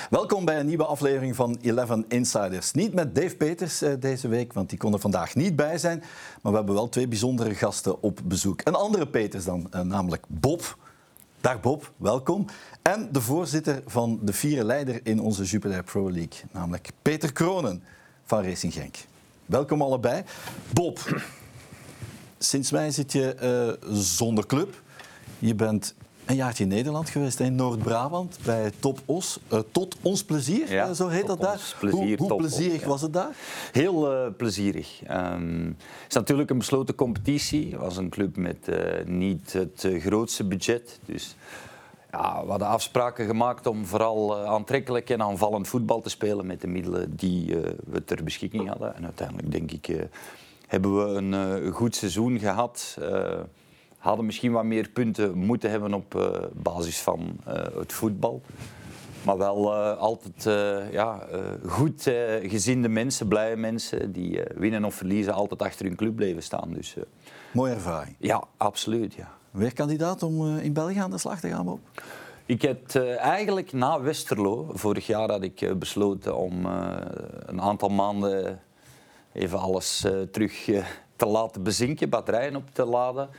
Welkom bij een nieuwe aflevering van 11 Insiders. Niet met Dave Peters deze week, want die kon er vandaag niet bij zijn. Maar we hebben wel twee bijzondere gasten op bezoek. Een andere Peters dan, namelijk Bob. Dag Bob, welkom. En de voorzitter van de vierde leider in onze Jupiler Pro League, namelijk Peter Kronen van Racing Genk. Welkom allebei. Bob, sinds mei zit je zonder club. Je bent een jaartje in Nederland geweest, in Noord-Brabant, bij Top Os. Tot ons plezier, ja, zo heet dat daar. Hoe plezierig was het daar? Heel plezierig. Het is natuurlijk een besloten competitie. Het was een club met niet het grootste budget. Dus ja, we hadden afspraken gemaakt om vooral aantrekkelijk en aanvallend voetbal te spelen met de middelen die we ter beschikking hadden. En uiteindelijk, denk ik, hebben we een goed seizoen gehad. Hadden misschien wat meer punten moeten hebben op basis van het voetbal. Maar wel altijd goed gezinde mensen, blije mensen die winnen of verliezen altijd achter hun club blijven staan. Dus, mooie ervaring. Ja, absoluut. Ja. Weer kandidaat om in België aan de slag te gaan, Bob? Ik heb eigenlijk na Westerlo, vorig jaar had ik besloten om een aantal maanden even alles terug te laten bezinken, batterijen op te laden.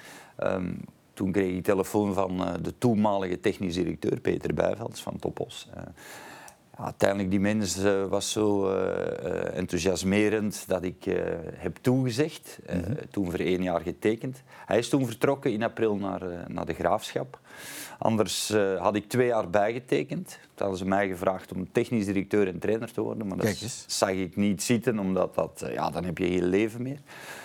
Toen kreeg ik telefoon van de toenmalige technisch directeur Peter Bijvelds van Top Os. Uiteindelijk, die mens was zo enthousiasmerend dat ik heb toegezegd. Toen voor 1 jaar getekend. Hij is toen vertrokken in april naar de Graafschap. Anders had ik 2 jaar bijgetekend. Toen hadden ze mij gevraagd om technisch directeur en trainer te worden. Maar dat zag ik niet zitten, omdat dan heb je heel leven meer.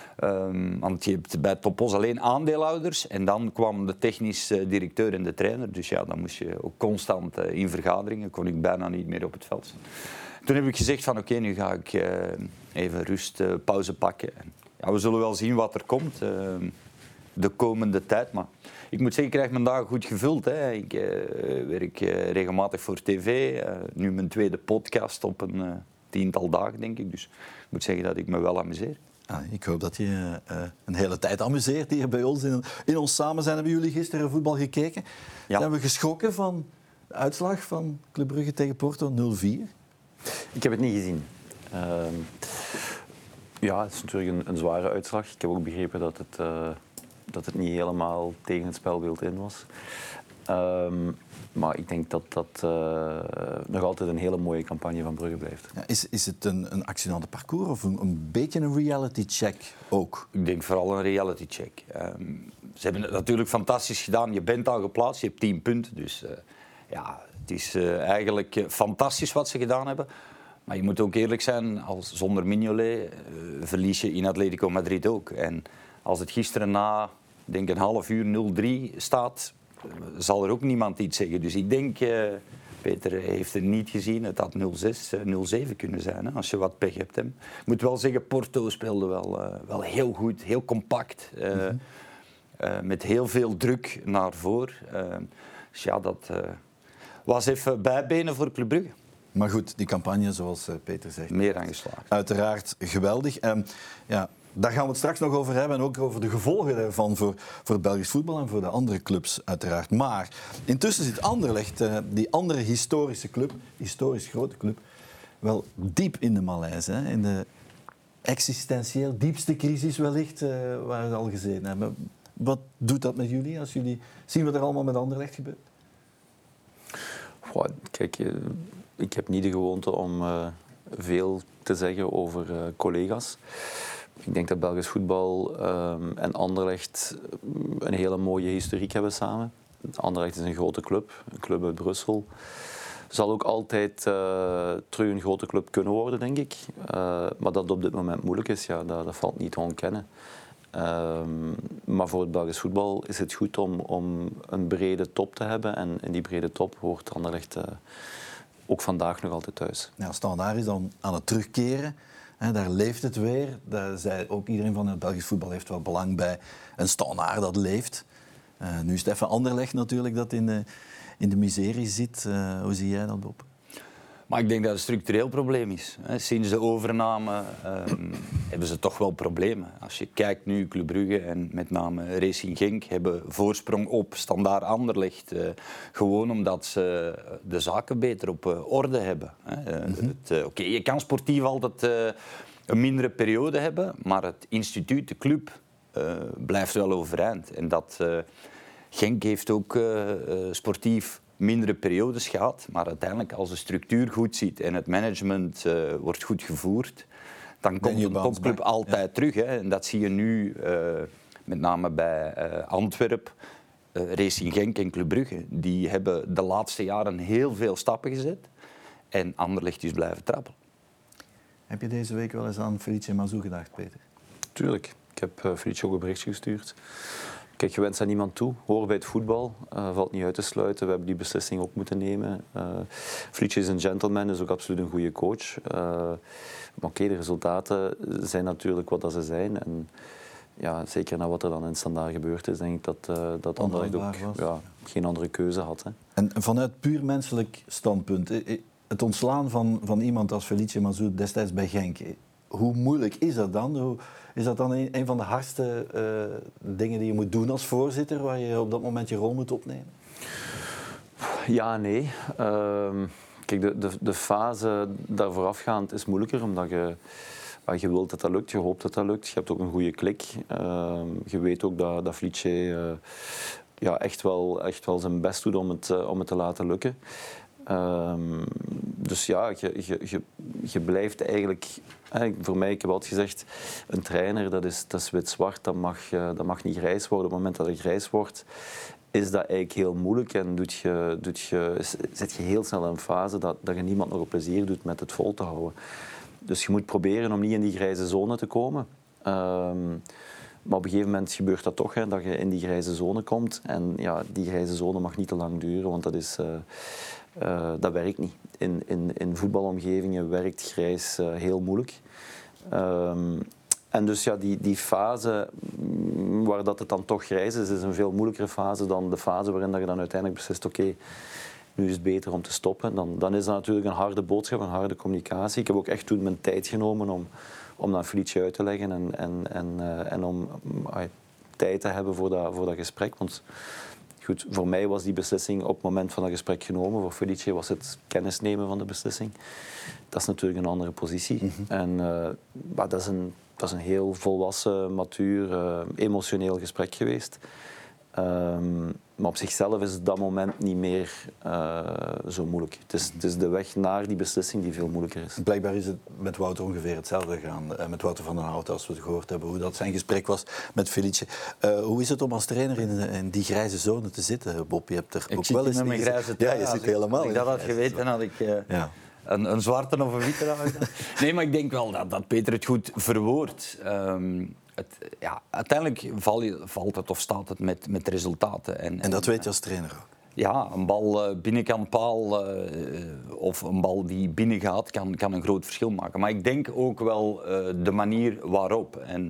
Want je hebt bij Top Os alleen aandeelhouders en dan kwam de technisch directeur en de trainer. Dus ja, dan moest je ook constant in vergaderingen, kon ik bijna niet meer op het veld staan. Toen heb ik gezegd van oké, nu ga ik even rust, pauze pakken. Ja, we zullen wel zien wat er komt de komende tijd. Maar ik moet zeggen, ik krijg mijn dagen goed gevuld. Hè. Ik werk regelmatig voor tv, nu mijn tweede podcast op een 10-tal dagen, denk ik. Dus ik moet zeggen dat ik me wel amuseer. Ik hoop dat je een hele tijd amuseert hier bij ons. In ons samen zijn. Hebben jullie gisteren voetbal gekeken? Ja. Zijn we geschrokken van de uitslag van Club Brugge tegen Porto 0-4? Ik heb het niet gezien. Ja, het is natuurlijk een zware uitslag. Ik heb ook begrepen dat het niet helemaal tegen het spelbeeld in was. Maar ik denk dat dat nog altijd een hele mooie campagne van Brugge blijft. Ja, is het een accident de parcours of een beetje een reality check ook? Ik denk vooral een reality check. Ze hebben het natuurlijk fantastisch gedaan. Je bent al geplaatst, je hebt 10 punten. Dus het is eigenlijk fantastisch wat ze gedaan hebben. Maar je moet ook eerlijk zijn, zonder Mignolet verlies je in Atletico Madrid ook. En als het gisteren na, denk een half uur 0-3 staat, zal er ook niemand iets zeggen. Dus ik denk, Peter heeft het niet gezien, het had 0-6, 0-7 kunnen zijn, hè, als je wat pech hebt. Hè. Ik moet wel zeggen, Porto speelde wel heel goed, heel compact. Met heel veel druk naar voren. Dus ja, dat was even bijbenen voor Club Brugge. Maar goed, die campagne, zoals Peter zegt, meer aan geslaagd. Uiteraard geweldig. Daar gaan we het straks nog over hebben en ook over de gevolgen daarvan voor het Belgisch voetbal en voor de andere clubs uiteraard. Maar intussen zit Anderlecht, die andere historische club, historisch grote club, wel diep in de malaise. Hè? In de existentieel diepste crisis wellicht waar we al gezeten hebben. Wat doet dat met jullie als jullie zien wat er allemaal met Anderlecht gebeurt? Kijk, ik heb niet de gewoonte om veel te zeggen over collega's. Ik denk dat Belgisch voetbal en Anderlecht een hele mooie historiek hebben samen. Anderlecht is een grote club, een club uit Brussel. Zal ook altijd terug een grote club kunnen worden, denk ik. Maar dat het op dit moment moeilijk is, ja, dat valt niet te ontkennen. Maar voor het Belgisch voetbal is het goed om een brede top te hebben. En in die brede top hoort Anderlecht ook vandaag nog altijd thuis. Ja, Standaard is dan aan het terugkeren. Daar leeft het weer. Daar zei ook iedereen van het Belgisch voetbal heeft wel belang bij een Standaard dat leeft. Nu is het even Anderlecht natuurlijk dat in de miserie zit. Hoe zie jij dat, Bob? Maar ik denk dat het een structureel probleem is. Sinds de overname hebben ze toch wel problemen. Als je kijkt nu, Club Brugge en met name Racing Genk hebben voorsprong op Standaard Anderlecht. Gewoon omdat ze de zaken beter op orde hebben. Oké, je kan sportief altijd een mindere periode hebben, maar het instituut, de club, blijft wel overeind. En dat Genk heeft ook sportief mindere periodes gehad, maar uiteindelijk als de structuur goed zit en het management wordt goed gevoerd, dan komt een topclub altijd terug. Hè. En dat zie je nu met name bij Antwerpen, Racing Genk en Club Brugge. Die hebben de laatste jaren heel veel stappen gezet en Anderlecht is blijven trappelen. Heb je deze week wel eens aan Felice Mazou gedacht, Peter? Tuurlijk. Ik heb Felice ook een berichtje gestuurd. Kijk, je wenst aan niemand toe. Horen bij het voetbal. Valt niet uit te sluiten. We hebben die beslissing ook moeten nemen. Felice is een gentleman, is ook absoluut een goede coach. Maar oké, de resultaten zijn natuurlijk wat dat ze zijn. En ja, zeker na wat er dan in Standaard gebeurd is, denk ik dat Anderlecht ook geen andere keuze had. Hè. En vanuit puur menselijk standpunt, het ontslaan van iemand als Felice Mazou destijds bij Genk, hoe moeilijk is dat dan? Is dat dan een van de hardste dingen die je moet doen als voorzitter, waar je op dat moment je rol moet opnemen? Ja, nee. Kijk, de fase daar voorafgaand is moeilijker, omdat je wilt dat dat lukt, je hoopt dat dat lukt. Je hebt ook een goede klik. Je weet ook dat Felice echt wel zijn best doet om het te laten lukken. Dus ja, je blijft eigenlijk... Voor mij, ik heb altijd gezegd, een trainer, dat is wit-zwart, dat mag niet grijs worden. Op het moment dat het grijs wordt, is dat eigenlijk heel moeilijk en zit je heel snel in een fase dat je niemand nog een plezier doet met het vol te houden. Dus je moet proberen om niet in die grijze zone te komen. Maar op een gegeven moment gebeurt dat toch, dat je in die grijze zone komt. En ja, die grijze zone mag niet te lang duren, want dat werkt niet. In voetbalomgevingen werkt grijs heel moeilijk. En dus ja, die fase waar dat het dan toch grijs is een veel moeilijkere fase dan de fase waarin dat je dan uiteindelijk beslist, oké, nu is het beter om te stoppen. Dan is dat natuurlijk een harde boodschap, een harde communicatie. Ik heb ook echt toen mijn tijd genomen om naar Felice uit te leggen en om tijd te hebben voor dat gesprek. Want goed, voor mij was die beslissing op het moment van dat gesprek genomen. Voor Felice was het kennis nemen van de beslissing. Dat is natuurlijk een andere positie. Mm-hmm. En dat is een heel volwassen, matuur, emotioneel gesprek geweest. Maar op zichzelf is dat moment niet meer zo moeilijk. Het is de weg naar die beslissing die veel moeilijker is. Blijkbaar is het met Wouter ongeveer hetzelfde gegaan. Met Wouter van den Hout, als we het gehoord hebben, hoe dat zijn gesprek was met Felice. Hoe is het om als trainer in die grijze zone te zitten, Bob? Je hebt er ik ook zit wel eens met mijn grijze trui. Ja, je zit helemaal als ik dat had geweten, had ik een zwarte of een witte aangedaan. Nee, maar ik denk wel dat Peter het goed verwoordt. Uiteindelijk valt het of staat het met resultaten. En dat weet je als trainer ook? Ja, een bal binnenkant paal of een bal die binnen gaat, kan een groot verschil maken. Maar ik denk ook wel de manier waarop. En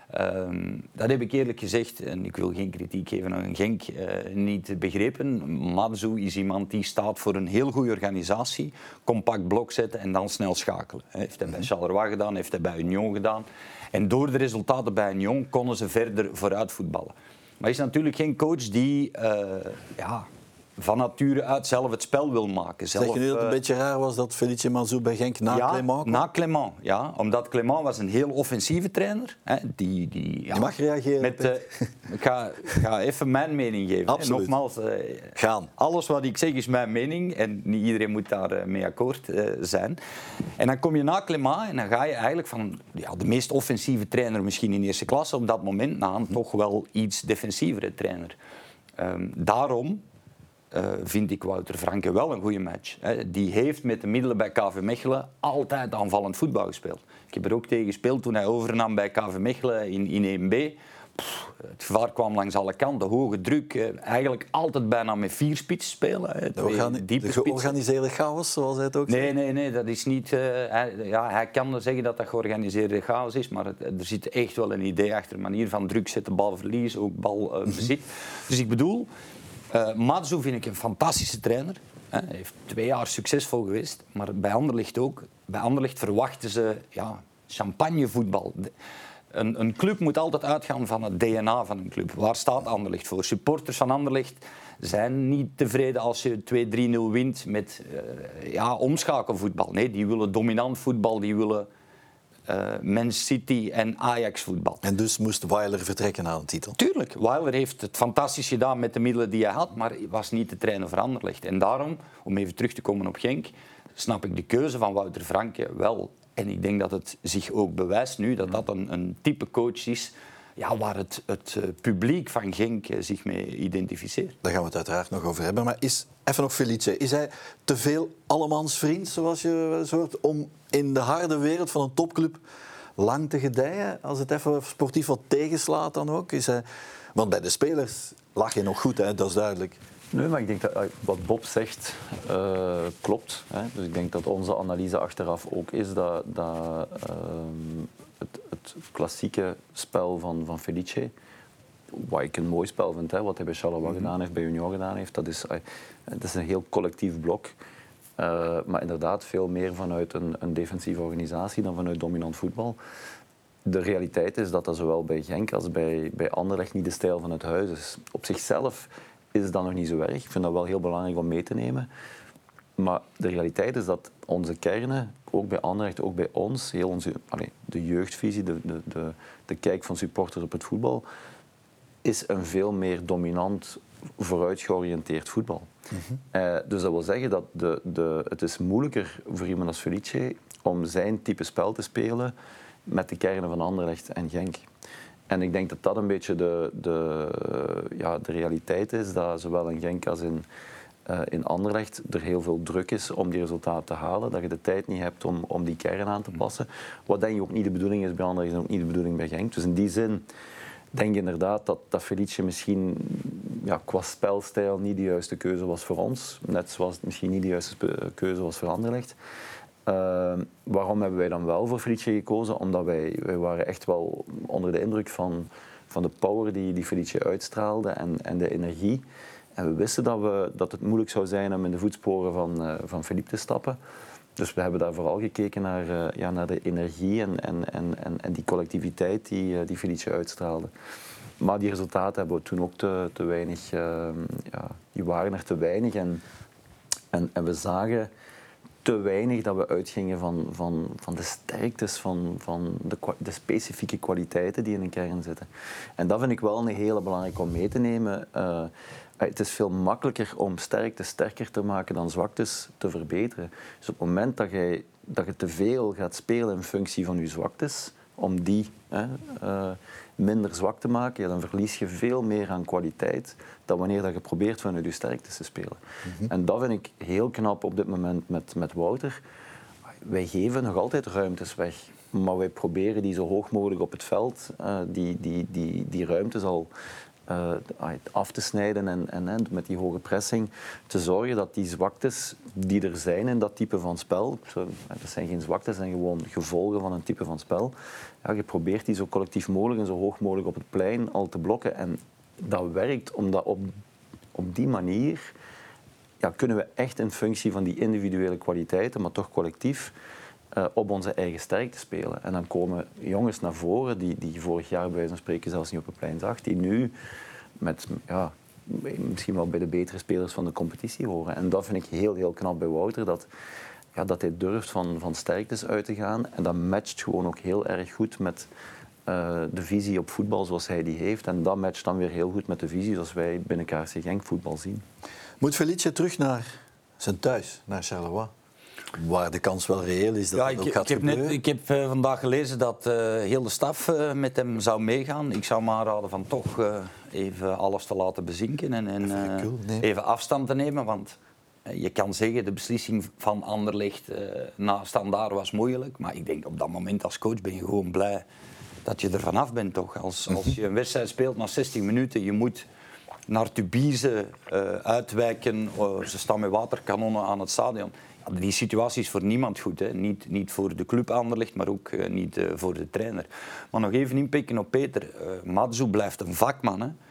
dat heb ik eerlijk gezegd, en ik wil geen kritiek geven aan Genk, niet begrepen. Mazou is iemand die staat voor een heel goede organisatie, compact blok zetten en dan snel schakelen. Heeft hij bij Charleroi gedaan, heeft hij bij Union gedaan. En door de resultaten bij Union konden ze verder vooruit voetballen. Maar hij is natuurlijk geen coach die van nature uit zelf het spel wil maken. Zeg je nu dat het een beetje raar was dat Felice Mazou bij Genk na Clément kwam? Na Clément, ja. Omdat Clément was een heel offensieve trainer. Hè, je mag reageren. Ik ga even mijn mening geven. Absoluut. Nogmaals, alles wat ik zeg is mijn mening. En niet iedereen moet daar mee akkoord zijn. En dan kom je na Clément en dan ga je eigenlijk van de meest offensieve trainer misschien in eerste klasse op dat moment naar een toch wel iets defensievere trainer. Daarom vind ik Wouter Franke wel een goede match. Die heeft met de middelen bij KV Mechelen altijd aanvallend voetbal gespeeld. Ik heb er ook tegen gespeeld toen hij overnam bij KV Mechelen in 1B. Het gevaar kwam langs alle kanten, hoge druk. Eigenlijk altijd bijna met 4 spits spelen. De georganiseerde chaos, zoals hij het ook zegt? Nee, dat is niet... hij kan zeggen dat dat georganiseerde chaos is, maar er zit echt wel een idee achter. Een manier van druk zetten, balverlies, ook balbezit. Dus ik bedoel... Mazou vind ik een fantastische trainer. Hij heeft 2 jaar succesvol geweest, maar bij Anderlecht ook. Bij Anderlecht verwachten ze champagnevoetbal. Een club moet altijd uitgaan van het DNA van een club. Waar staat Anderlecht voor? Supporters van Anderlecht zijn niet tevreden als je 2-3-0 wint met omschakelvoetbal. Nee, die willen dominant voetbal, die willen Man City en Ajax voetbal. En dus moest Weiler vertrekken aan de titel? Tuurlijk, Weiler heeft het fantastisch gedaan met de middelen die hij had, maar was niet de trainer voor Anderlecht. En daarom, om even terug te komen op Genk, snap ik de keuze van Wouter Franke wel. En ik denk dat het zich ook bewijst nu dat dat een type coach is waar het publiek van Genk zich mee identificeert. Daar gaan we het uiteraard nog over hebben. Maar even nog Felice, is hij te veel allemansvriend, zoals je hoort, om in de harde wereld van een topclub lang te gedijen? Als het even sportief wat tegenslaat dan ook? Want bij de spelers lag je nog goed, hè? Dat is duidelijk. Nee, maar ik denk dat wat Bob zegt klopt. Hè. Dus ik denk dat onze analyse achteraf ook is dat het klassieke spel van Felice, wat ik een mooi spel vind, hè, wat hij bij Charleroi gedaan heeft, bij Union gedaan heeft, dat is een heel collectief blok. Maar inderdaad veel meer vanuit een defensieve organisatie dan vanuit dominant voetbal. De realiteit is dat zowel bij Genk als bij Anderlecht niet de stijl van het huis is. Op zichzelf is dat nog niet zo erg. Ik vind dat wel heel belangrijk om mee te nemen. Maar de realiteit is dat onze kernen, ook bij Anderlecht, ook bij ons, heel de jeugdvisie, de kijk van supporters op het voetbal, is een veel meer dominant, vooruitgeoriënteerd voetbal. Dus dat wil zeggen dat het is moeilijker voor iemand als Felice om zijn type spel te spelen met de kernen van Anderlecht en Genk. En ik denk dat dat een beetje de realiteit is, dat zowel in Genk als in Anderlecht er heel veel druk is om die resultaten te halen, dat je de tijd niet hebt om die kern aan te passen. Wat denk je ook niet de bedoeling is bij Anderlecht en ook niet de bedoeling bij Genk. Dus in die zin denk je inderdaad dat Felice misschien qua spelstijl niet de juiste keuze was voor ons, net zoals het misschien niet de juiste keuze was voor Anderlecht. Waarom hebben wij dan wel voor Felice gekozen? Omdat wij waren echt wel onder de indruk van de power die Felice uitstraalde en de energie. En we wisten dat het moeilijk zou zijn om in de voetsporen van Philippe te stappen. Dus we hebben daar vooral gekeken naar de energie en die collectiviteit die Felice uitstraalde. Maar die resultaten hebben we toen ook te weinig, die waren er te weinig. En we zagen te weinig dat we uitgingen van de sterktes, van de specifieke kwaliteiten die in een kern zitten. En dat vind ik wel een hele belangrijke om mee te nemen. Het is veel makkelijker om sterktes sterker te maken dan zwaktes te verbeteren. Dus op het moment dat je te veel gaat spelen in functie van je zwaktes, om die minder zwak te maken, dan verlies je veel meer aan kwaliteit dan wanneer dat je probeert vanuit je sterktes te spelen. En dat vind ik heel knap op dit moment met Wouter. Wij geven nog altijd ruimtes weg, maar wij proberen die zo hoog mogelijk op het veld, die ruimtes al af te snijden en met die hoge pressing te zorgen dat die zwaktes die er zijn in dat type van spel, dat zijn geen zwaktes, dat zijn gewoon gevolgen van een type van spel, je probeert die zo collectief mogelijk en zo hoog mogelijk op het plein al te blokken. En dat werkt omdat op die manier kunnen we echt in functie van die individuele kwaliteiten, maar toch collectief, op onze eigen sterkte spelen. En dan komen jongens naar voren die vorig jaar bij wijze van spreken zelfs niet op het plein zag, die nu misschien wel bij de betere spelers van de competitie horen. En dat vind ik heel, heel knap bij Wouter, dat hij durft van sterktes uit te gaan. En dat matcht gewoon ook heel erg goed met de visie op voetbal zoals hij die heeft. En dat matcht dan weer heel goed met de visie zoals wij binnen KRC Genk voetbal zien. Moet Felice terug naar zijn thuis, naar Charleroi? Waar de kans wel reëel is dat dat ook gaat gebeuren. Ik heb vandaag gelezen dat heel de staf met hem zou meegaan. Ik zou me aanraden van toch even alles te laten bezinken en even afstand te nemen. Want je kan zeggen, de beslissing van Anderlecht na Standaard was moeilijk. Maar ik denk op dat moment als coach ben je gewoon blij dat je er vanaf bent. Toch? Als je een wedstrijd speelt na 60 minuten, je moet naar Tubize uitwijken. Ze staan met waterkanonnen aan het stadion. Die situatie is voor niemand goed. Hè. Niet voor de club Anderlecht, maar ook niet voor de trainer. Maar nog even inpikken op Peter. Matsu blijft een vakman. Hè.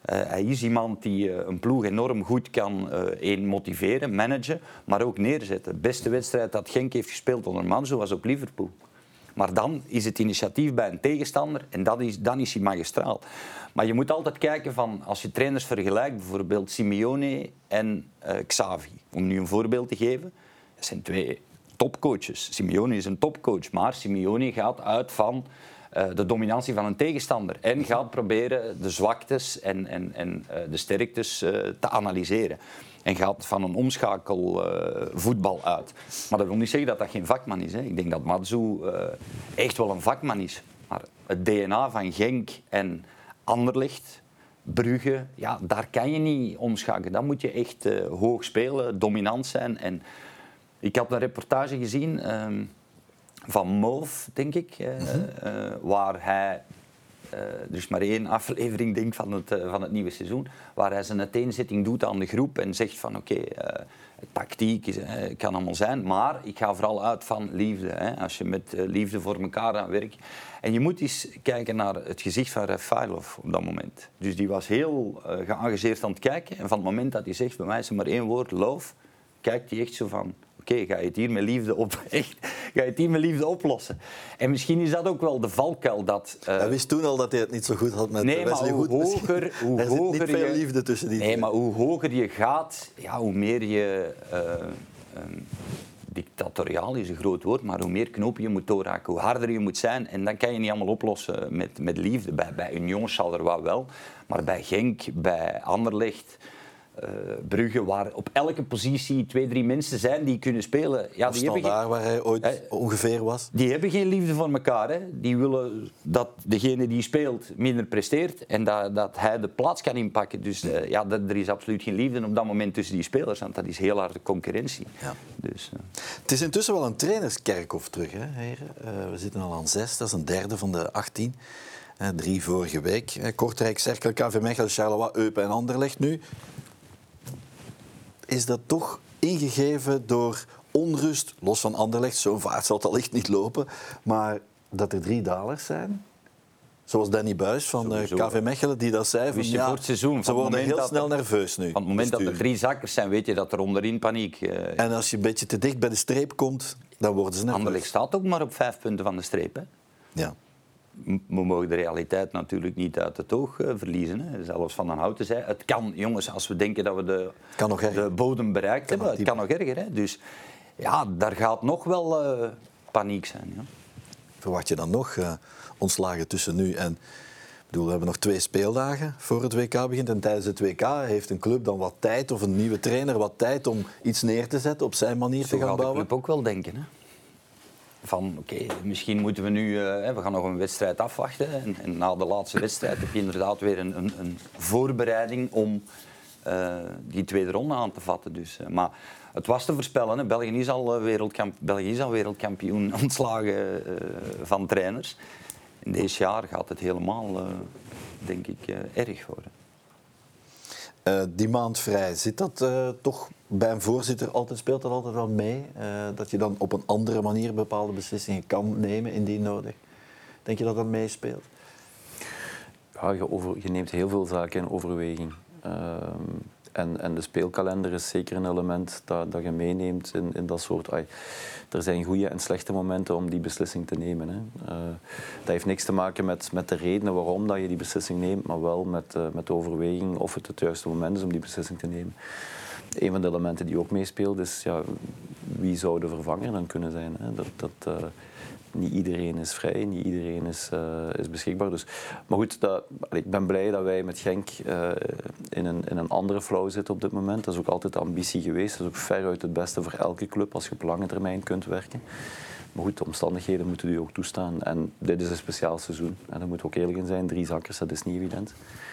Hij is iemand die een ploeg enorm goed kan motiveren, managen, maar ook neerzetten. De beste wedstrijd dat Genk heeft gespeeld onder Manzo was op Liverpool. Maar dan is het initiatief bij een tegenstander en dan is hij magistraal. Maar je moet altijd kijken van, als je trainers vergelijkt, bijvoorbeeld Simeone en Xavi, om nu een voorbeeld te geven, dat zijn 2 topcoaches. Simeone is een topcoach, maar Simeone gaat uit van de dominantie van een tegenstander en gaat proberen de zwaktes en de sterktes te analyseren. En gaat van een omschakelvoetbal uit. Maar dat wil niet zeggen dat dat geen vakman is. Hè. Ik denk dat Matsu echt wel een vakman is. Maar het DNA van Genk en Anderlecht, Brugge, ja, daar kan je niet omschakelen. Dan moet je echt hoog spelen, dominant zijn. En ik had een reportage gezien van Mauve, denk ik, waar hij... er is maar 1 aflevering denk, van het nieuwe seizoen, waar hij zijn uiteenzetting doet aan de groep en zegt van oké, tactiek kan allemaal zijn, maar ik ga vooral uit van liefde. Hè, als je met liefde voor elkaar aan werkt. En je moet eens kijken naar het gezicht van Refailov op dat moment. Dus die was heel geëngageerd aan het kijken en van het moment dat hij zegt, bij mij is er maar 1 woord, love, kijkt hij echt zo van... Oké, ga je het hier met liefde oplossen? En misschien is dat ook wel de valkuil dat... Hij wist toen al dat hij het niet zo goed had met Wesley Goed. Hoe er zit niet veel liefde tussen die twee. Maar hoe hoger je gaat, ja, hoe meer je... dictatoriaal is een groot woord, maar hoe meer knopen je moet doorraken, hoe harder je moet zijn. En dan kan je niet allemaal oplossen met liefde. Bij Union zal er wat wel, maar bij Genk, bij Anderlecht... Brugge, waar op elke positie 2, 3 mensen zijn die kunnen spelen. Ja, die hebben daar waar hij ooit ongeveer was. Die hebben geen liefde voor elkaar. Hè. Die willen dat degene die speelt minder presteert en dat hij de plaats kan inpakken. Dus er is absoluut geen liefde op dat moment tussen die spelers, want dat is heel harde concurrentie. Ja. Dus, Het is intussen wel een trainerskerkhof terug, hè, heren. We zitten al aan 6, dat is een 3e van de 18. 3 vorige week. Kortrijk, Cercle, KV Mechelen, Charleroi, Eupen en Anderlecht nu. Is dat toch ingegeven door onrust, los van Anderlecht, zo vaart zal het allicht niet lopen, maar dat er 3 dalers zijn? Zoals Danny Buijs van KV Mechelen, die dat zei. Van, voor het seizoen, ze worden heel snel nerveus nu. Van het moment dat er 3 zakkers zijn, weet je dat er onderin paniek... En als je een beetje te dicht bij de streep komt, dan worden ze nerveus. Anderlecht staat ook maar op 5 punten van de streep. Hè? Ja. We mogen de realiteit natuurlijk niet uit het oog verliezen. Hè. Zelfs Van den Houten zei, het kan, jongens, als we denken dat we de bodem bereikt hebben, het kan nog erger. Hè. Dus ja, daar gaat nog wel paniek zijn. Ja. Verwacht je dan nog ontslagen tussen nu en... we hebben nog 2 speeldagen voor het WK begint. En tijdens het WK heeft een club dan wat tijd, of een nieuwe trainer wat tijd om iets neer te zetten, op zijn manier te gaan bouwen? Zo gaat de club ook wel denken, hè. Van oké, misschien moeten we nu... we gaan nog een wedstrijd afwachten. En na de laatste wedstrijd heb je inderdaad weer een voorbereiding om die tweede ronde aan te vatten. Dus, maar het was te voorspellen. Hè. België is al wereldkampioen ontslagen van trainers. In deze jaar gaat het helemaal, denk ik, erg worden. Die maand vrij, zit dat toch bij een voorzitter speelt dat altijd wel mee? Dat je dan op een andere manier bepaalde beslissingen kan nemen indien nodig? Denk je dat dat meespeelt? Ja, je neemt heel veel zaken in overweging. En de speelkalender is zeker een element dat je meeneemt in dat soort... Er zijn goede en slechte momenten om die beslissing te nemen. Hè. Dat heeft niks te maken met de redenen waarom dat je die beslissing neemt, maar wel met de overweging of het juiste moment is om die beslissing te nemen. Een van de elementen die ook meespeelt is, ja, wie zou de vervanger dan kunnen zijn? Hè? Niet iedereen is vrij, niet iedereen is beschikbaar. Dus, maar goed, ik ben blij dat wij met Genk in een andere flow zitten op dit moment. Dat is ook altijd de ambitie geweest. Dat is ook veruit het beste voor elke club als je op lange termijn kunt werken. Maar goed, de omstandigheden moeten die ook toestaan. En dit is een speciaal seizoen. En daar moeten we ook eerlijk in zijn. 3 zakkers, dat is niet evident.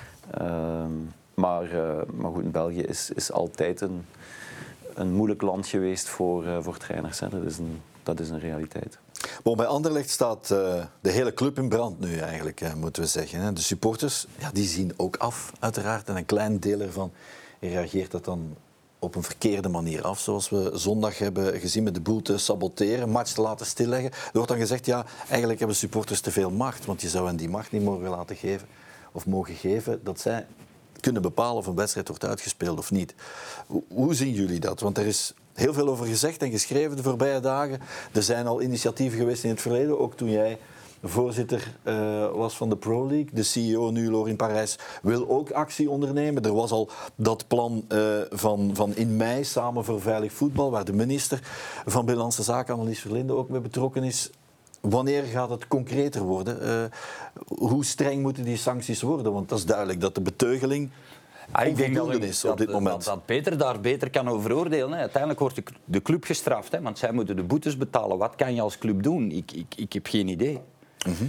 Maar goed, België is altijd een moeilijk land geweest voor trainers. Hè. Dat is een realiteit. Bon, bij Anderlecht staat de hele club in brand nu eigenlijk, moeten we zeggen. Hè. De supporters die zien ook af, uiteraard. En een klein deel ervan reageert dat dan op een verkeerde manier af. Zoals we zondag hebben gezien met de boel te saboteren, match te laten stilleggen. Er wordt dan gezegd, ja, eigenlijk hebben supporters te veel macht. Want je zou hen die macht niet mogen laten geven of mogen geven. Dat zij kunnen bepalen of een wedstrijd wordt uitgespeeld of niet. Hoe zien jullie dat? Want er is heel veel over gezegd en geschreven de voorbije dagen. Er zijn al initiatieven geweest in het verleden, ook toen jij voorzitter was van de Pro League. De CEO nu, Lorin Parijs, wil ook actie ondernemen. Er was al dat plan van in mei, Samen voor Veilig Voetbal, waar de minister van Binnenlandse Zaken, Annelies Verlinde, ook mee betrokken is. Wanneer gaat het concreter worden? Hoe streng moeten die sancties worden? Want dat is duidelijk dat de beteugeling onvoldoende is op dit moment. Dat Peter daar beter kan over oordelen. Hè. Uiteindelijk wordt de club gestraft, hè, want zij moeten de boetes betalen. Wat kan je als club doen? Ik heb geen idee. Mm-hmm.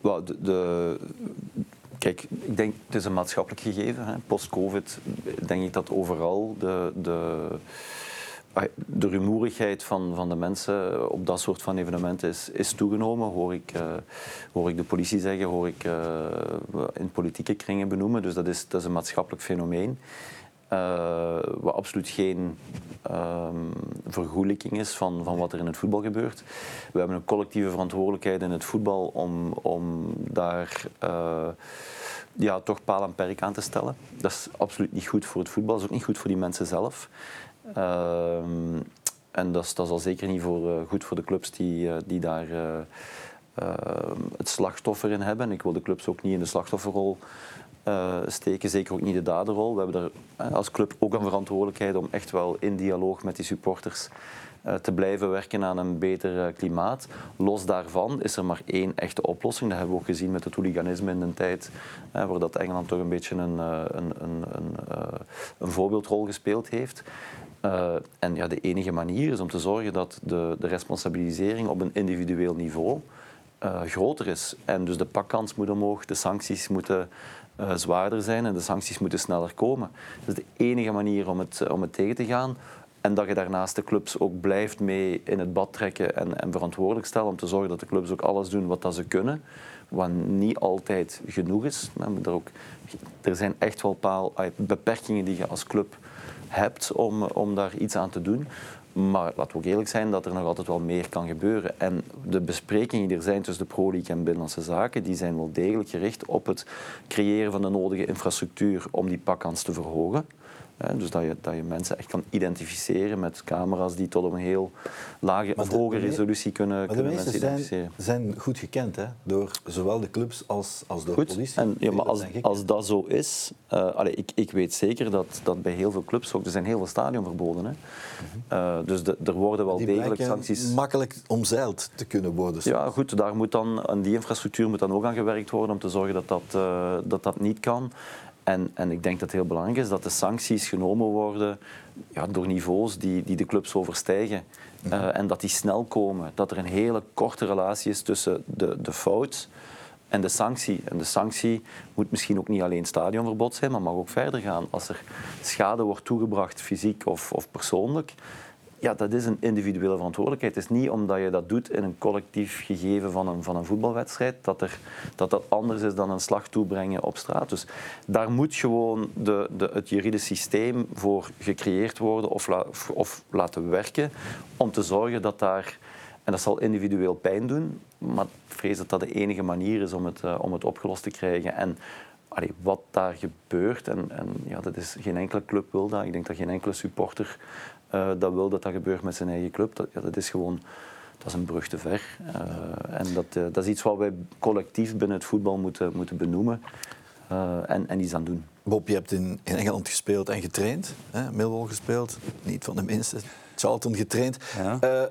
Kijk, ik denk het is een maatschappelijk gegeven. Hè. Post-covid denk ik dat overal de rumoerigheid van de mensen op dat soort van evenementen is toegenomen. Hoor ik de politie zeggen, hoor ik in politieke kringen benoemen. Dus dat is een maatschappelijk fenomeen. Wat absoluut geen vergoelijking is van wat er in het voetbal gebeurt. We hebben een collectieve verantwoordelijkheid in het voetbal om daar toch paal en perk aan te stellen. Dat is absoluut niet goed voor het voetbal, dat is ook niet goed voor die mensen zelf. En dat is al zeker niet goed voor de clubs die daar het slachtoffer in hebben. Ik wil de clubs ook niet in de slachtofferrol steken, zeker ook niet de daderrol. We hebben daar als club ook een verantwoordelijkheid om echt wel in dialoog met die supporters te blijven werken aan een beter klimaat. Los daarvan is er maar één echte oplossing. Dat hebben we ook gezien met het hooliganisme in de tijd, waar dat Engeland toch een beetje een voorbeeldrol gespeeld heeft. En ja, de enige manier is om te zorgen dat de responsabilisering op een individueel niveau groter is. En dus de pakkans moet omhoog, de sancties moeten zwaarder zijn en de sancties moeten sneller komen. Dat is de enige manier om het tegen te gaan. En dat je daarnaast de clubs ook blijft mee in het bad trekken en verantwoordelijk stellen om te zorgen dat de clubs ook alles doen wat dat ze kunnen. Wat niet altijd genoeg is. Er zijn echt wel beperkingen die je als club hebt om daar iets aan te doen. Maar laten we ook eerlijk zijn dat er nog altijd wel meer kan gebeuren. En de besprekingen die er zijn tussen de Pro League en Binnenlandse Zaken, die zijn wel degelijk gericht op het creëren van de nodige infrastructuur om die pakkans te verhogen. Dus dat je mensen echt kan identificeren met camera's die tot op een heel lage of hoge resolutie kunnen mensen identificeren. Zijn goed gekend, hè? Door zowel de clubs als door de politie. Maar als dat zo is, ik weet zeker dat bij heel veel clubs ook, er zijn heel veel stadionverboden. Hè? Dus er worden wel degelijk sancties. Makkelijk omzeild te kunnen worden. Soms. Ja, goed, daar moet dan, aan die infrastructuur moet dan ook aan gewerkt worden om te zorgen dat niet kan. En ik denk dat het heel belangrijk is dat de sancties genomen worden door niveaus die de clubs overstijgen. En dat die snel komen. Dat er een hele korte relatie is tussen de fout en de sanctie. En de sanctie moet misschien ook niet alleen stadionverbod zijn, maar mag ook verder gaan. Als er schade wordt toegebracht, fysiek of persoonlijk, ja, dat is een individuele verantwoordelijkheid. Het is niet omdat je dat doet in een collectief gegeven van een voetbalwedstrijd dat anders is dan een slag toebrengen op straat. Dus daar moet gewoon het juridisch systeem voor gecreëerd worden of laten werken om te zorgen dat daar, en dat zal individueel pijn doen, maar ik vrees dat dat de enige manier is om het opgelost te krijgen. En wat daar gebeurt, en dat is geen enkele club wil dat. Ik denk dat geen enkele supporter dat wil dat gebeurt met zijn eigen club. Dat is gewoon, dat is een brug te ver. En dat is iets wat wij collectief binnen het voetbal moeten benoemen en iets aan doen. Bob, je hebt in Engeland gespeeld en getraind. Hè? Millwall gespeeld, niet van de minste. Charlton getraind. Ja.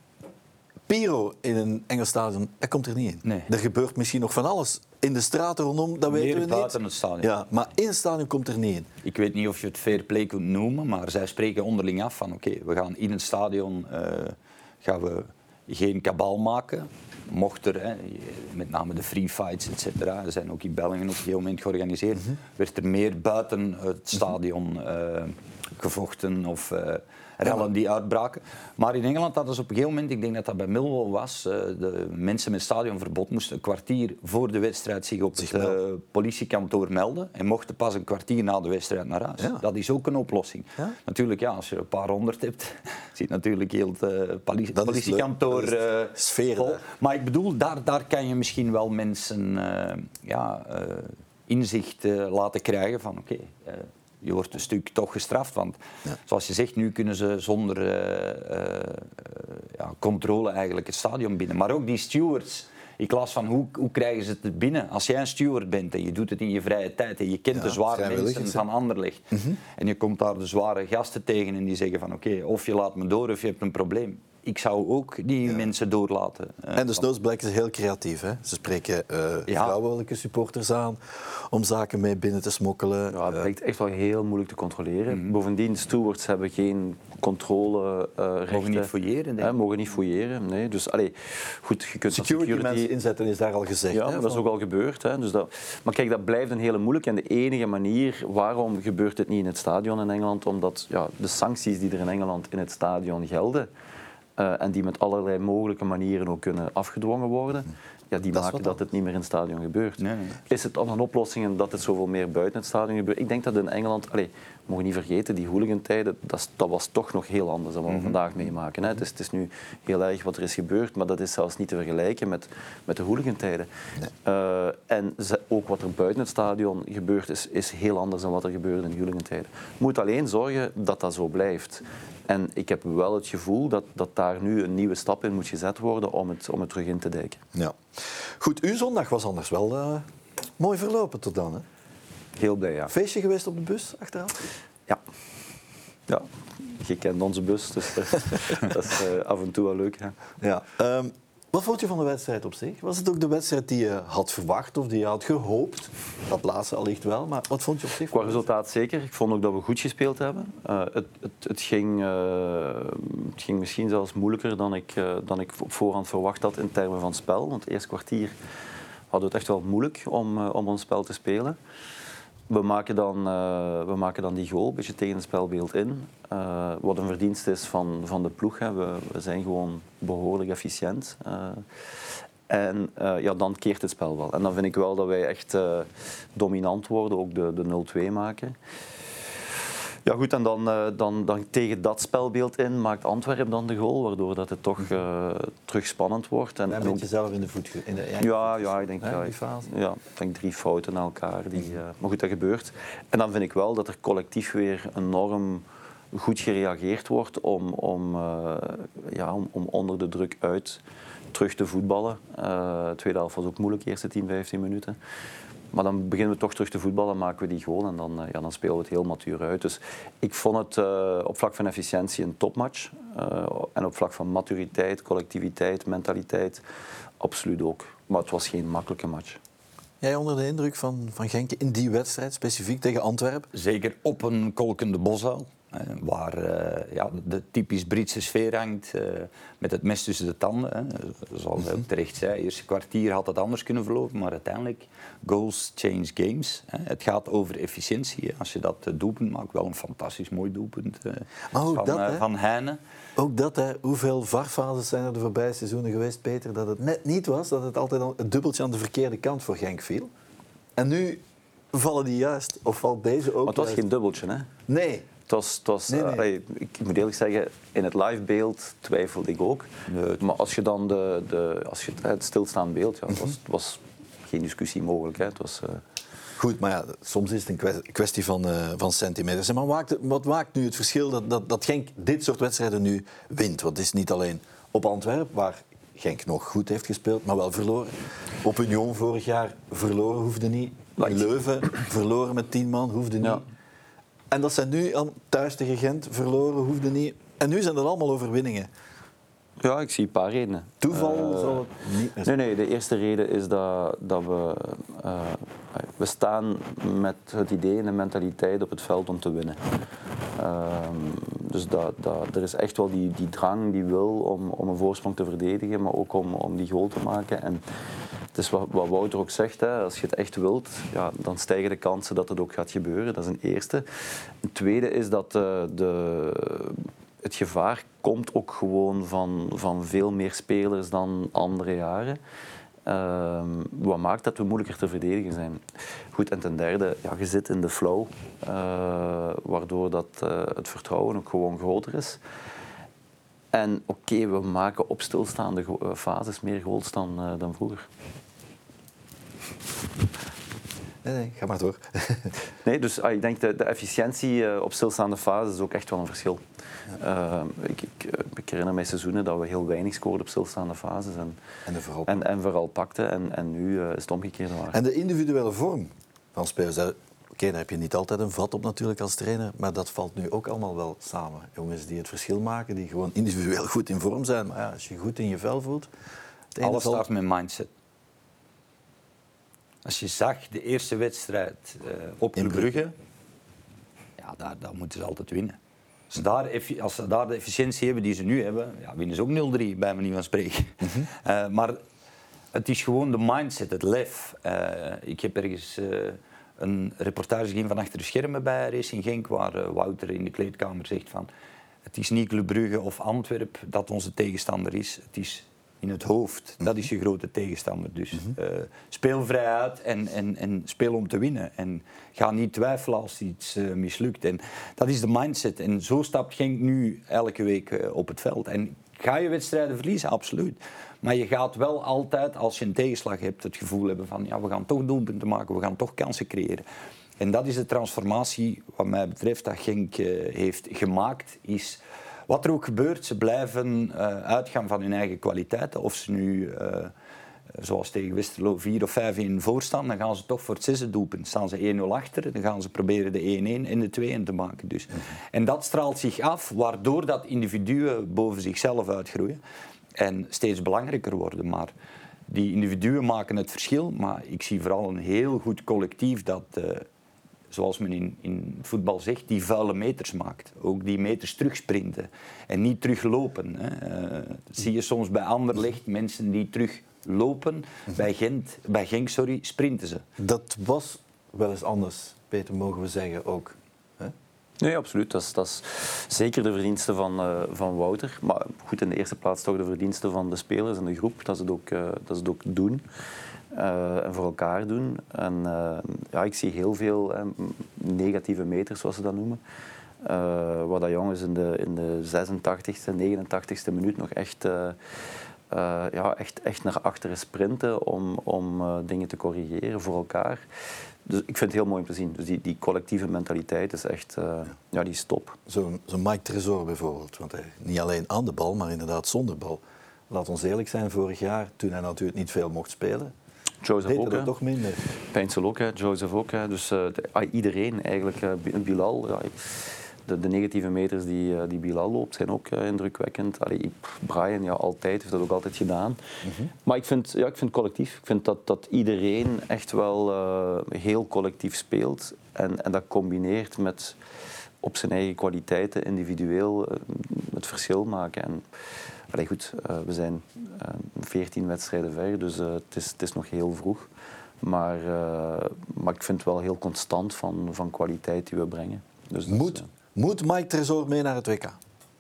Pyro in een Engels stadion, dat komt er niet in. Nee. Er gebeurt misschien nog van alles in de straten rondom, dat weten we niet. Buiten het stadion. Ja, maar in het stadion komt er niet in. Ik weet niet of je het fair play kunt noemen, maar zij spreken onderling af van oké, we gaan in het stadion gaan we geen kabaal maken. Mocht er, met name de free fights, et cetera, er zijn ook in België op een gegeven moment georganiseerd, werd er meer buiten het stadion gevochten of rellen die uitbraken. Maar in Engeland hadden ze op een gegeven moment, ik denk dat dat bij Millwall was, de mensen met stadionverbod moesten een kwartier voor de wedstrijd zich op het politiekantoor melden en mochten pas een kwartier na de wedstrijd naar huis. Ja. Dat is ook een oplossing. Ja? Natuurlijk, ja, als je een paar honderd hebt, zit natuurlijk heel het politiekantoor sfeer. Vol. Maar ik bedoel, daar kan je misschien wel mensen inzicht laten krijgen van oké, je wordt een stuk toch gestraft. Want zoals je zegt, nu kunnen ze zonder controle eigenlijk het stadion binnen. Maar ook die stewards. Ik las van hoe krijgen ze het binnen? Als jij een steward bent en je doet het in je vrije tijd en je kent de zware mensen van Anderlecht en je komt daar de zware gasten tegen en die zeggen van oké, of je laat me door of je hebt een probleem. Ik zou ook die mensen doorlaten. En de Snows blijken heel creatief. Hè? Ze spreken vrouwelijke supporters aan om zaken mee binnen te smokkelen. Ja, het blijkt echt wel heel moeilijk te controleren. Bovendien, stewards hebben geen controlerechten. Mogen niet fouilleren, denk ik. Mogen niet fouilleren, nee. Dus, goed, je kunt security mensen inzetten is daar al gezegd. Ja, hè, dat is ook al gebeurd. Hè. Dus maar kijk, dat blijft een hele moeilijke. En de enige manier, waarom gebeurt het niet in het stadion in Engeland? Omdat de sancties die er in Engeland in het stadion gelden, en die met allerlei mogelijke manieren ook kunnen afgedwongen worden, die maken dat het niet meer in het stadion gebeurt. Nee. Is het dan een oplossing dat het zoveel meer buiten het stadion gebeurt? Ik denk dat in Engeland, we mogen niet vergeten, die hooligan-tijden, dat was toch nog heel anders dan wat we vandaag meemaken. Hè. Het is nu heel erg wat er is gebeurd, maar dat is zelfs niet te vergelijken met de hooligan-tijden. Nee. En ook wat er buiten het stadion gebeurt, is heel anders dan wat er gebeurde in de hooligan-tijden. Je moet alleen zorgen dat dat zo blijft. En ik heb wel het gevoel dat daar nu een nieuwe stap in moet gezet worden om het terug in te dijken. Ja. Goed, uw zondag was anders wel mooi verlopen tot dan, hè? Heel blij, ja. Feestje geweest op de bus achteraf? Ja. Je kent onze bus, dus dat is af en toe wel leuk. Hè. Ja. Wat vond je van de wedstrijd op zich? Was het ook de wedstrijd die je had verwacht of die je had gehoopt? Dat laatste allicht wel, maar wat vond je op zich? Qua resultaat zeker. Ik vond ook dat we goed gespeeld hebben. Het ging misschien zelfs moeilijker dan ik op voorhand verwacht had in termen van spel. Want het eerste kwartier hadden we het echt wel moeilijk om ons spel te spelen. We maken dan die goal, een beetje tegen het spelbeeld in. Wat een verdienst is van de ploeg. Hè. We zijn gewoon behoorlijk efficiënt. En dan keert het spel wel. En dan vind ik wel dat wij echt dominant worden, ook de 0-2 maken. Ja goed, en dan tegen dat spelbeeld in maakt Antwerpen dan de goal, waardoor dat het toch terug spannend wordt. En een beetje zelf in de voet. Ik denk 3 fouten na elkaar. Maar goed, dat gebeurt. En dan vind ik wel dat er collectief weer enorm goed gereageerd wordt om onder de druk uit terug te voetballen. De tweede helft was ook moeilijk, de eerste 10-15 minuten. Maar dan beginnen we toch terug te voetballen, maken we die goal en dan spelen we het heel matuur uit. Dus ik vond het op vlak van efficiëntie een topmatch. En op vlak van maturiteit, collectiviteit, mentaliteit, absoluut ook. Maar het was geen makkelijke match. Jij onder de indruk van Genk in die wedstrijd, specifiek tegen Antwerpen? Zeker op een kolkende Bosuil. Waar de typisch Britse sfeer hangt, met het mes tussen de tanden. Hè. Zoals hij ook terecht zei, eerste kwartier had het anders kunnen verlopen, maar uiteindelijk, goals change games. Hè. Het gaat over efficiëntie. Hè. Als je dat doelpunt maakt, wel een fantastisch mooi doelpunt van Heine. Ook dat, hè. Hoeveel VAR-fases zijn er de voorbije seizoenen geweest, Peter, dat het net niet was, dat het altijd een dubbeltje aan de verkeerde kant voor Genk viel. En nu vallen die juist, of valt deze ook. Maar het was geen dubbeltje, hè? Nee. Het was, nee. Ik moet eerlijk zeggen, in het livebeeld twijfelde ik ook. Nee. Maar als je dan het stilstaand beeld, het was geen discussie mogelijk. Hè. Het was, Goed, maar soms is het een kwestie van centimeters. Maar wat maakt nu het verschil dat Genk dit soort wedstrijden nu wint? Want het is niet alleen op Antwerpen, waar Genk nog goed heeft gespeeld, maar wel verloren. Op Union vorig jaar verloren, hoefde niet. Leuven verloren met 10 man, hoefde niet. Ja. En dat zijn nu thuis tegen Gent verloren, hoefde niet. En nu zijn dat allemaal overwinningen. Ja, ik zie een paar redenen. Toeval zal het niet meer zijn. Nee, de eerste reden is dat we staan met het idee en de mentaliteit op het veld om te winnen. Dus er is echt wel die drang, die wil om een voorsprong te verdedigen, maar ook om die goal te maken. En het is wat Wouter ook zegt, hè, als je het echt wilt, dan stijgen de kansen dat het ook gaat gebeuren. Dat is een eerste. Een tweede is dat het gevaar komt ook gewoon van veel meer spelers dan andere jaren. Wat maakt dat we moeilijker te verdedigen zijn. Goed, en ten derde, je zit in de flow, waardoor dat, het vertrouwen ook gewoon groter is. En oké, we maken op stilstaande fases meer goals dan vroeger. Nee, ga maar door. Nee, dus ik denk dat de efficiëntie op stilstaande fases is ook echt wel een verschil. Ja. Ik herinner mij seizoenen dat we heel weinig scoorden op stilstaande fases. En vooral pakten. En nu is het omgekeerde waar. En de individuele vorm van spelers. Oké, daar heb je niet altijd een vat op natuurlijk als trainer. Maar dat valt nu ook allemaal wel samen. Jongens die het verschil maken, die gewoon individueel goed in vorm zijn. Maar ja, als je goed in je vel voelt... Alles start met mindset. Als je zag de eerste wedstrijd op Club Brugge, ja, daar moeten ze altijd winnen. Als ze daar de efficiëntie hebben die ze nu hebben, ja, winnen ze ook 0-3, bij manier van spreken. Mm-hmm. Maar het is gewoon de mindset, het lef. Ik heb ergens een reportage gezien van achter de schermen bij Racing Genk, waar Wouter in de kleedkamer zegt van het is niet Club Brugge of Antwerpen dat onze tegenstander is. Het is in het hoofd. Dat is je grote tegenstander. Dus speel vrij uit en speel om te winnen. En ga niet twijfelen als iets mislukt. En dat is de mindset. En zo stapt Genk nu elke week op het veld. En ga je wedstrijden verliezen? Absoluut. Maar je gaat wel altijd, als je een tegenslag hebt, het gevoel hebben van ja, we gaan toch doelpunten maken, we gaan toch kansen creëren. En dat is de transformatie, wat mij betreft, dat Genk heeft gemaakt, is... Wat er ook gebeurt, ze blijven uitgaan van hun eigen kwaliteiten. Of ze nu, zoals tegen Westerlo, 4 of 5-1 voor staan, dan gaan ze toch voor het 6e doelpunt. Staan ze 1-0 achter, dan gaan ze proberen de 1-1 en de 2-1 te maken. Dus. En dat straalt zich af, waardoor dat individuen boven zichzelf uitgroeien en steeds belangrijker worden. Maar die individuen maken het verschil, maar ik zie vooral een heel goed collectief dat... zoals men in voetbal zegt, die vuile meters maakt. Ook die meters terugsprinten en niet teruglopen. Dat zie je soms bij Anderlecht, mensen die teruglopen. Bij Genk, sprinten ze. Dat was wel eens anders, Peter, mogen we zeggen ook. Hè? Nee, absoluut. Dat is zeker de verdienste van Wouter. Maar goed, in de eerste plaats toch de verdienste van de spelers en de groep, dat ze het ook doen. En voor elkaar doen. En ja, ik zie heel veel negatieve meters, zoals ze dat noemen. Waar dat jongens in de 86e, 89e minuut nog echt naar achteren sprinten om dingen te corrigeren voor elkaar. Dus ik vind het heel mooi om te zien. Dus die collectieve mentaliteit is echt, die is top. Zo'n Mike Tresor bijvoorbeeld. Want hij, niet alleen aan de bal, maar inderdaad zonder bal. Laat ons eerlijk zijn, vorig jaar, toen hij natuurlijk niet veel mocht spelen... Joseph ook, toch minder. Pijnsel ook, Joseph ook. Dus iedereen eigenlijk. Bilal, de negatieve meters die Bilal loopt zijn ook indrukwekkend. Brian, ja, altijd, heeft dat ook altijd gedaan. Mm-hmm. Maar ik vind het collectief. Ik vind dat iedereen echt wel heel collectief speelt. En dat combineert met op zijn eigen kwaliteiten, individueel, het verschil maken. En, goed, we zijn 14 wedstrijden ver, dus het is nog heel vroeg. Maar ik vind het wel heel constant van kwaliteit die we brengen. Dus moet Mike Tresor mee naar het WK?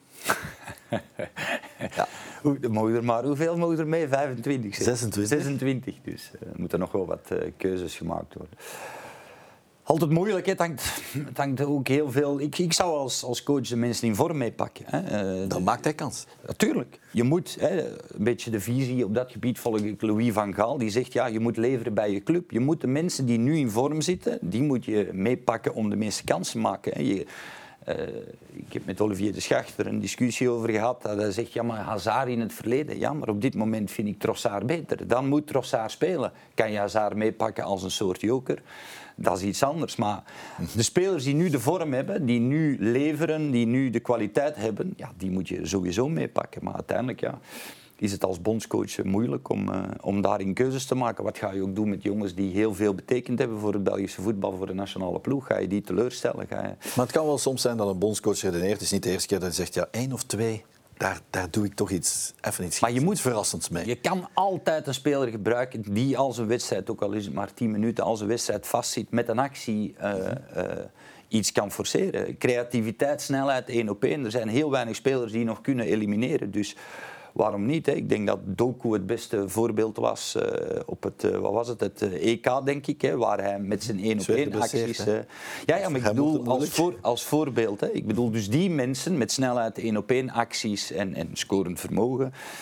Ja. Hoeveel mogen er mee? 25? 26, dus er moeten nog wel wat keuzes gemaakt worden. Altijd moeilijk, hè? Het hangt ook heel veel... Ik zou als coach de mensen in vorm meepakken. Dan maakt hij kans. Natuurlijk. Je moet, een beetje de visie op dat gebied volg ik Louis van Gaal. Die zegt, ja, je moet leveren bij je club. Je moet de mensen die nu in vorm zitten, die moet je meepakken om de meeste kansen te maken. Ik heb met Olivier de Schachter een discussie over gehad. Dat hij zegt, ja, maar Hazard in het verleden. Ja, maar op dit moment vind ik Trossard beter. Dan moet Trossard spelen. Kan je Hazard meepakken als een soort joker? Dat is iets anders. Maar de spelers die nu de vorm hebben, die nu leveren, die nu de kwaliteit hebben, ja, die moet je sowieso meepakken. Maar uiteindelijk is het als bondscoach moeilijk om daarin keuzes te maken. Wat ga je ook doen met jongens die heel veel betekend hebben voor het Belgische voetbal, voor de nationale ploeg? Ga je die teleurstellen? Maar het kan wel soms zijn dat een bondscoach redeneert. Het is niet de eerste keer dat hij zegt, ja, 1 of 2... Daar doe ik toch even iets maar je moet verrassends mee. Je kan altijd een speler gebruiken die als een wedstrijd, ook al is het maar 10 minuten, als een wedstrijd vastzit met een actie iets kan forceren. Creativiteit, snelheid, 1 op 1. Er zijn heel weinig spelers die nog kunnen elimineren. Dus waarom niet? Hè? Ik denk dat Doku het beste voorbeeld was op het EK, denk ik, hè, waar hij met zijn 1 op 1 acties... maar ik bedoel als voorbeeld. Hè. Ik bedoel dus die mensen met snelheid 1 op 1 acties en scorend vermogen, ja,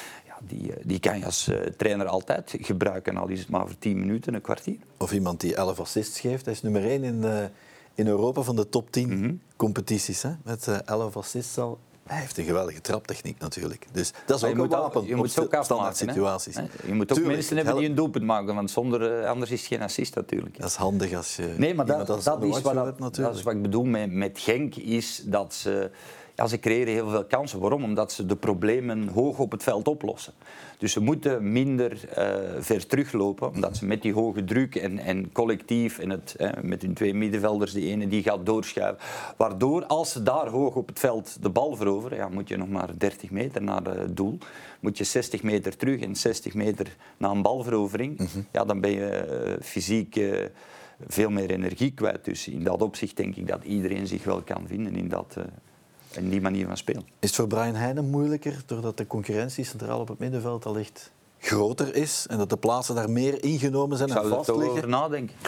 die kan je als trainer altijd gebruiken, al is het maar voor 10 minuten, een kwartier. Of iemand die 11 assists geeft. Hij is nummer 1 in Europa van de top 10 competities. Hè? Met 11 assists al. Hij heeft een geweldige traptechniek natuurlijk. Dus dat is ook een wapen je moet ook standaard situaties. Hè? Je moet ook mensen hebben die een doelpunt maken, want anders is het geen assist natuurlijk. Dat is handig als je... Nee, maar dat is wat ik bedoel met Genk, is dat ze creëren heel veel kansen. Waarom? Omdat ze de problemen hoog op het veld oplossen. Dus ze moeten minder ver teruglopen, omdat ze met die hoge druk en collectief en met hun 2 middenvelders, die ene die gaat doorschuiven. Waardoor, als ze daar hoog op het veld de bal veroveren, moet je nog maar 30 meter naar het doel, moet je 60 meter terug en 60 meter na een balverovering, dan ben je fysiek veel meer energie kwijt. Dus in dat opzicht denk ik dat iedereen zich wel kan vinden in die manier van spelen. Is het voor Brian Heijnen moeilijker, doordat de concurrentie centraal op het middenveld allicht groter is en dat de plaatsen daar meer ingenomen zijn en vast liggen? Ik zou er over nadenken.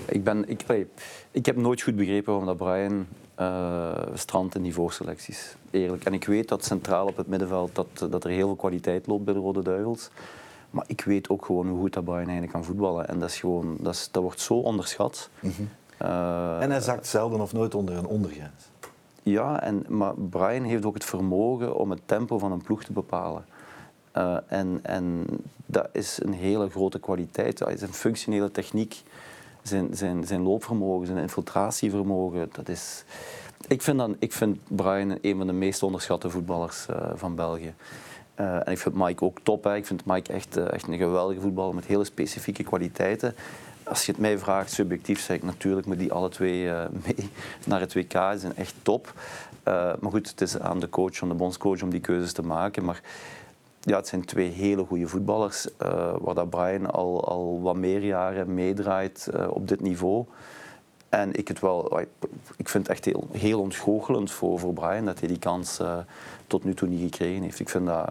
Ik heb nooit goed begrepen waarom dat Brian strandt in die voorselecties. Eerlijk. En ik weet dat centraal op het middenveld dat er heel veel kwaliteit loopt bij de Rode Duivels. Maar ik weet ook gewoon hoe goed dat Brian Heijnen kan voetballen. En dat is gewoon, dat wordt zo onderschat. En hij zakt zelden of nooit onder een ondergrens. Ja, maar Brian heeft ook het vermogen om het tempo van een ploeg te bepalen. En dat is een hele grote kwaliteit. Zijn functionele techniek, zijn loopvermogen, zijn infiltratievermogen. Dat is... ik vind Brian een van de meest onderschatte voetballers van België. En ik vind Mike ook top. Hè. Ik vind Mike echt een geweldige voetballer met hele specifieke kwaliteiten. Als je het mij vraagt, subjectief, zeg ik natuurlijk moet die alle twee mee naar het WK. Ze zijn echt top. Maar goed, het is aan de coach, aan de bondscoach om die keuzes te maken. Maar ja, het zijn 2 hele goede voetballers, waar dat Brian al wat meer jaren meedraait op dit niveau. En ik vind het echt heel ontgoochelend voor Brian dat hij die kans tot nu toe niet gekregen heeft.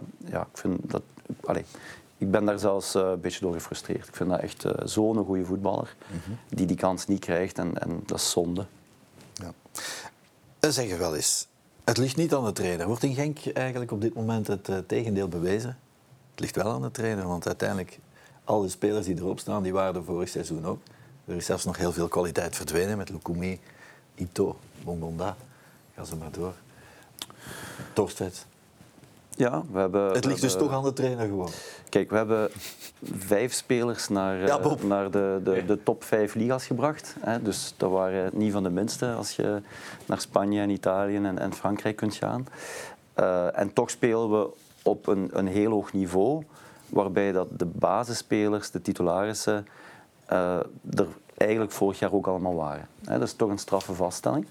Ik ben daar zelfs een beetje door gefrustreerd. Ik vind dat echt zo'n goede voetballer die kans niet krijgt en dat is zonde. Ja. En zeggen wel eens, het ligt niet aan de trainer. Wordt in Genk eigenlijk op dit moment het tegendeel bewezen? Het ligt wel aan de trainer, want uiteindelijk al de spelers die erop staan, die waren er vorig seizoen ook. Er is zelfs nog heel veel kwaliteit verdwenen met Lukumi, Ito, Bongonda. Ga ze maar door. Torstvedt. Ja, het ligt dus toch aan de trainer gewoon. Kijk, we hebben 5 spelers naar de top 5 liga's gebracht. Hè. Dus dat waren niet van de minste als je naar Spanje en Italië en Frankrijk kunt gaan. En toch spelen we op een heel hoog niveau, waarbij dat de basisspelers, de titularissen, er eigenlijk vorig jaar ook allemaal waren. Hè. Dat is toch een straffe vaststelling.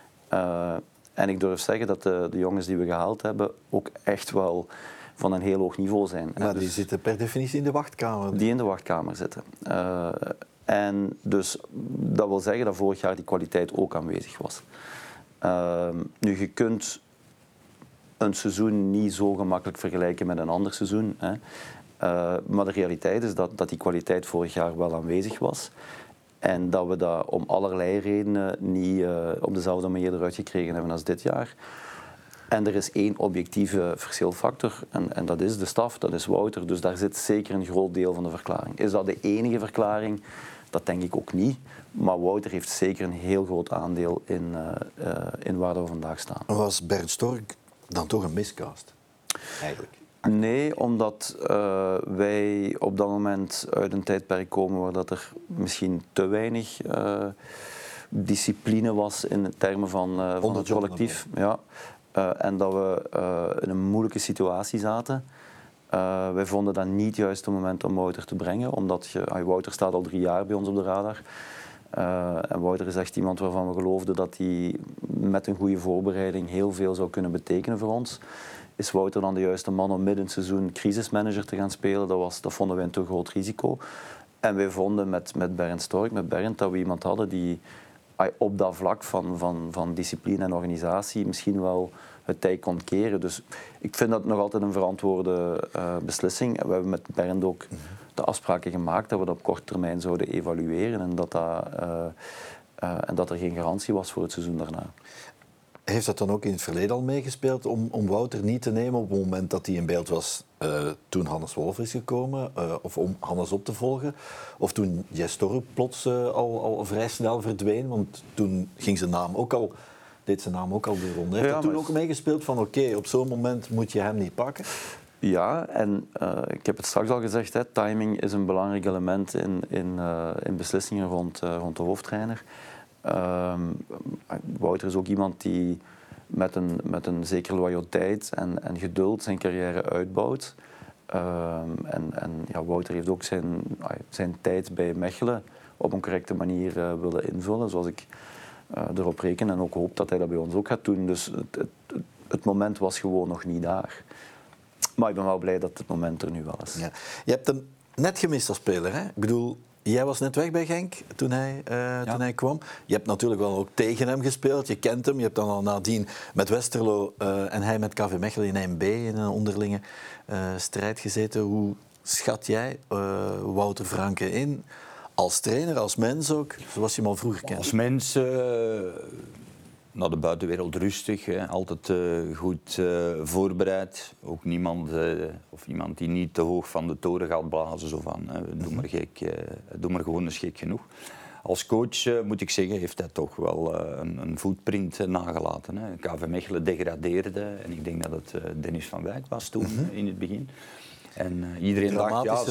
En ik durf zeggen dat de jongens die we gehaald hebben ook echt wel van een heel hoog niveau zijn. Maar die zitten per definitie in de wachtkamer. Die in de wachtkamer zitten. En dus dat wil zeggen dat vorig jaar die kwaliteit ook aanwezig was. Nu, je kunt een seizoen niet zo gemakkelijk vergelijken met een ander seizoen. Hè. Maar de realiteit is dat die kwaliteit vorig jaar wel aanwezig was. En dat we dat om allerlei redenen niet op dezelfde manier eruit gekregen hebben als dit jaar. En er is 1 objectieve verschilfactor en dat is de staf, dat is Wouter. Dus daar zit zeker een groot deel van de verklaring. Is dat de enige verklaring? Dat denk ik ook niet. Maar Wouter heeft zeker een heel groot aandeel in waar we vandaag staan. Was Bernd Stork dan toch een miscast? Eigenlijk. Nee, omdat wij op dat moment uit een tijdperk komen waar dat er misschien te weinig discipline was in termen van het collectief. Ja. En dat we in een moeilijke situatie zaten. Wij vonden dat niet juist het moment om Wouter te brengen, omdat Wouter staat al 3 jaar bij ons op de radar. En Wouter is echt iemand waarvan we geloofden dat hij met een goede voorbereiding heel veel zou kunnen betekenen voor ons. Is Wouter dan de juiste man om midden seizoen crisismanager te gaan spelen? Dat vonden wij een te groot risico. En wij vonden met Bernd Stork, met Bernd, dat we iemand hadden die op dat vlak van discipline en organisatie misschien wel het tij kon keren. Dus ik vind dat nog altijd een verantwoorde beslissing. We hebben met Bernd ook de afspraken gemaakt dat we dat op korte termijn zouden evalueren en dat er geen garantie was voor het seizoen daarna. heeft dat dan ook in het verleden al meegespeeld om Wouter niet te nemen op het moment dat hij in beeld was toen Hannes Wolf is gekomen, of om Hannes op te volgen, of toen Jess Torp plots al vrij snel verdween, want toen ging deed zijn naam ook al de ronde. Heeft dat toen ook meegespeeld van oké, op zo'n moment moet je hem niet pakken? Ja, en ik heb het straks al gezegd, hè, timing is een belangrijk element in beslissingen rond de hoofdtrainer. Wouter is ook iemand die met een zekere loyaliteit en geduld zijn carrière uitbouwt. Wouter heeft ook zijn tijd bij Mechelen op een correcte manier willen invullen, zoals ik erop reken en ook hoop dat hij dat bij ons ook gaat doen. Dus het moment was gewoon nog niet daar. Maar ik ben wel blij dat het moment er nu wel is. Ja. Je hebt hem net gemist als speler, hè? Ik bedoel, jij was net weg bij Genk toen hij kwam. Je hebt natuurlijk wel ook tegen hem gespeeld. Je kent hem. Je hebt dan al nadien met Westerlo en hij met KV Mechelen in 1B in een onderlinge strijd gezeten. Hoe schat jij Wouter Franke in? Als trainer, als mens ook, zoals je hem al vroeger kende? Als mens naar de buitenwereld rustig, hè. Altijd goed voorbereid. Ook niemand die niet te hoog van de toren gaat blazen. Zo van, doe maar gewoon eens gek genoeg. Als coach, moet ik zeggen, heeft hij toch wel een footprint nagelaten. Hè. KV Mechelen degradeerde en ik denk dat het Dennis van Wijk was toen in het begin. En iedereen dacht, ja,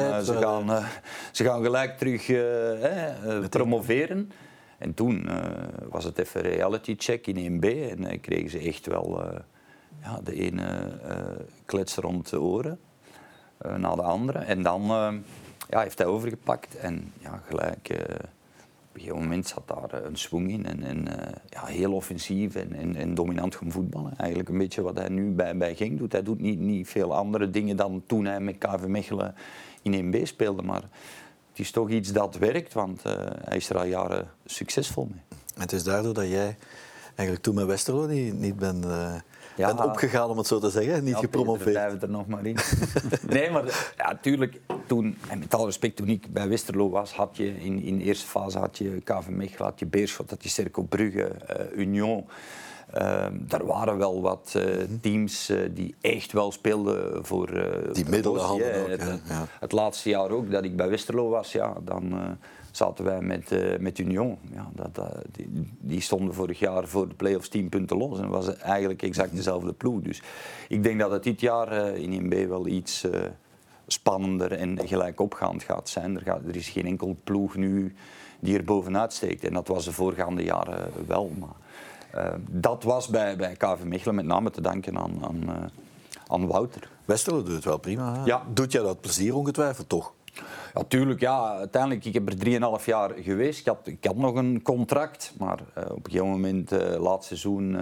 ze gaan gelijk terug promoveren. En toen was het even reality check in 1B en kregen ze echt wel de ene klets rond de oren na de andere. En dan heeft hij overgepakt en gelijk... op een gegeven moment zat daar een swing in en heel offensief en dominant gaan voetballen. Eigenlijk een beetje wat hij nu bij Genk doet. Hij doet niet veel andere dingen dan toen hij met KV Mechelen in 1B speelde. Maar het is toch iets dat werkt, want hij is er al jaren succesvol mee. En het is daardoor dat jij eigenlijk toen met Westerlo niet bent opgegaan, om het zo te zeggen, niet gepromoveerd. Blijven er nog maar in. Nee, maar tuurlijk, toen, en met alle respect, toen ik bij Westerlo was, had je in de eerste fase had je KV Mechelen, had je Beerschot, had je Cercle Brugge, Union. Er waren wel wat teams die echt wel speelden voor die middelhanden ook. Het laatste jaar ook dat ik bij Westerlo was, dan zaten wij met Union. Ja, die stonden vorig jaar voor de play-offs 10 punten los en was eigenlijk exact dezelfde ploeg. Dus ik denk dat het dit jaar in 1B wel iets spannender en gelijkopgaand gaat zijn. Er is geen enkel ploeg nu die er bovenuit steekt en dat was de voorgaande jaren wel. Maar dat was bij KV Mechelen met name te danken aan Wouter. Westerlo doet het wel prima. Hè? Ja. Doet jij dat plezier ongetwijfeld toch? Ja, tuurlijk. Ja. Uiteindelijk, ik heb er 3,5 jaar geweest. Ik had nog een contract, maar op een gegeven moment, laatst seizoen...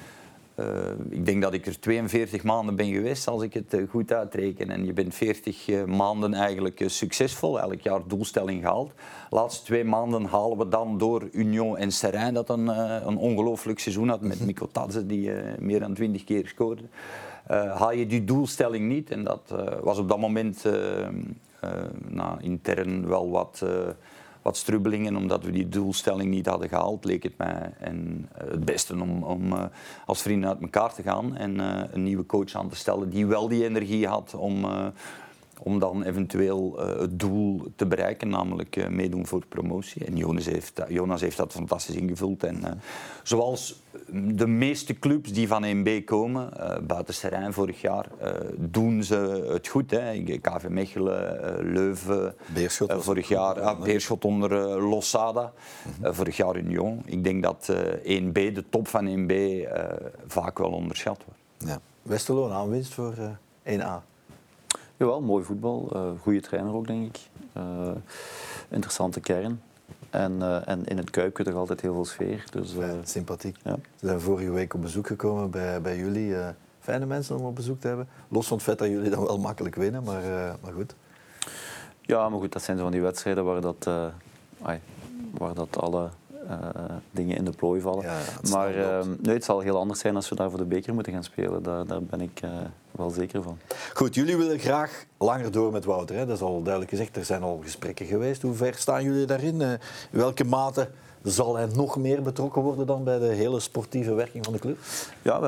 ik denk dat ik er 42 maanden ben geweest, als ik het goed uitreken. En je bent 40 maanden eigenlijk succesvol, elk jaar doelstelling gehaald. De laatste 2 maanden halen we dan door Union en Seraing, dat een ongelooflijk seizoen had met Mikko Tadze, die meer dan 20 keer scoorde. Haal je die doelstelling niet, en dat was op dat moment intern wel wat strubbelingen, omdat we die doelstelling niet hadden gehaald, leek het mij het beste om als vrienden uit elkaar te gaan en een nieuwe coach aan te stellen die wel die energie had om dan eventueel het doel te bereiken, namelijk meedoen voor promotie. En Jonas heeft dat fantastisch ingevuld. En zoals de meeste clubs die van 1B komen, buiten Seraing vorig jaar, doen ze het goed. Hè. KV Mechelen, Leuven, Beerschot vorig jaar, Beerschot onder Losada, vorig jaar Union. Ik denk dat 1B, de top van 1B, vaak wel onderschat wordt. Ja. Westerlo, een aanwinst voor 1A. Jawel, mooi voetbal. Goede trainer ook, denk ik. Interessante kern. En in het Kuipje toch altijd heel veel sfeer. Dus, sympathiek. Ja. Ze zijn vorige week op bezoek gekomen bij jullie. Fijne mensen om op bezoek te hebben. Los van het feit dat jullie dan wel makkelijk winnen, maar goed. Ja, maar goed, dat zijn zo van die wedstrijden waar dat alle dingen in de plooi vallen. Ja, maar het zal heel anders zijn als we daar voor de beker moeten gaan spelen. Daar ben ik wel zeker van. Goed, jullie willen graag langer door met Wouter. Hè? Dat is al duidelijk gezegd. Er zijn al gesprekken geweest. Hoe ver staan jullie daarin? In welke mate Zal hij nog meer betrokken worden dan bij de hele sportieve werking van de club? Ja,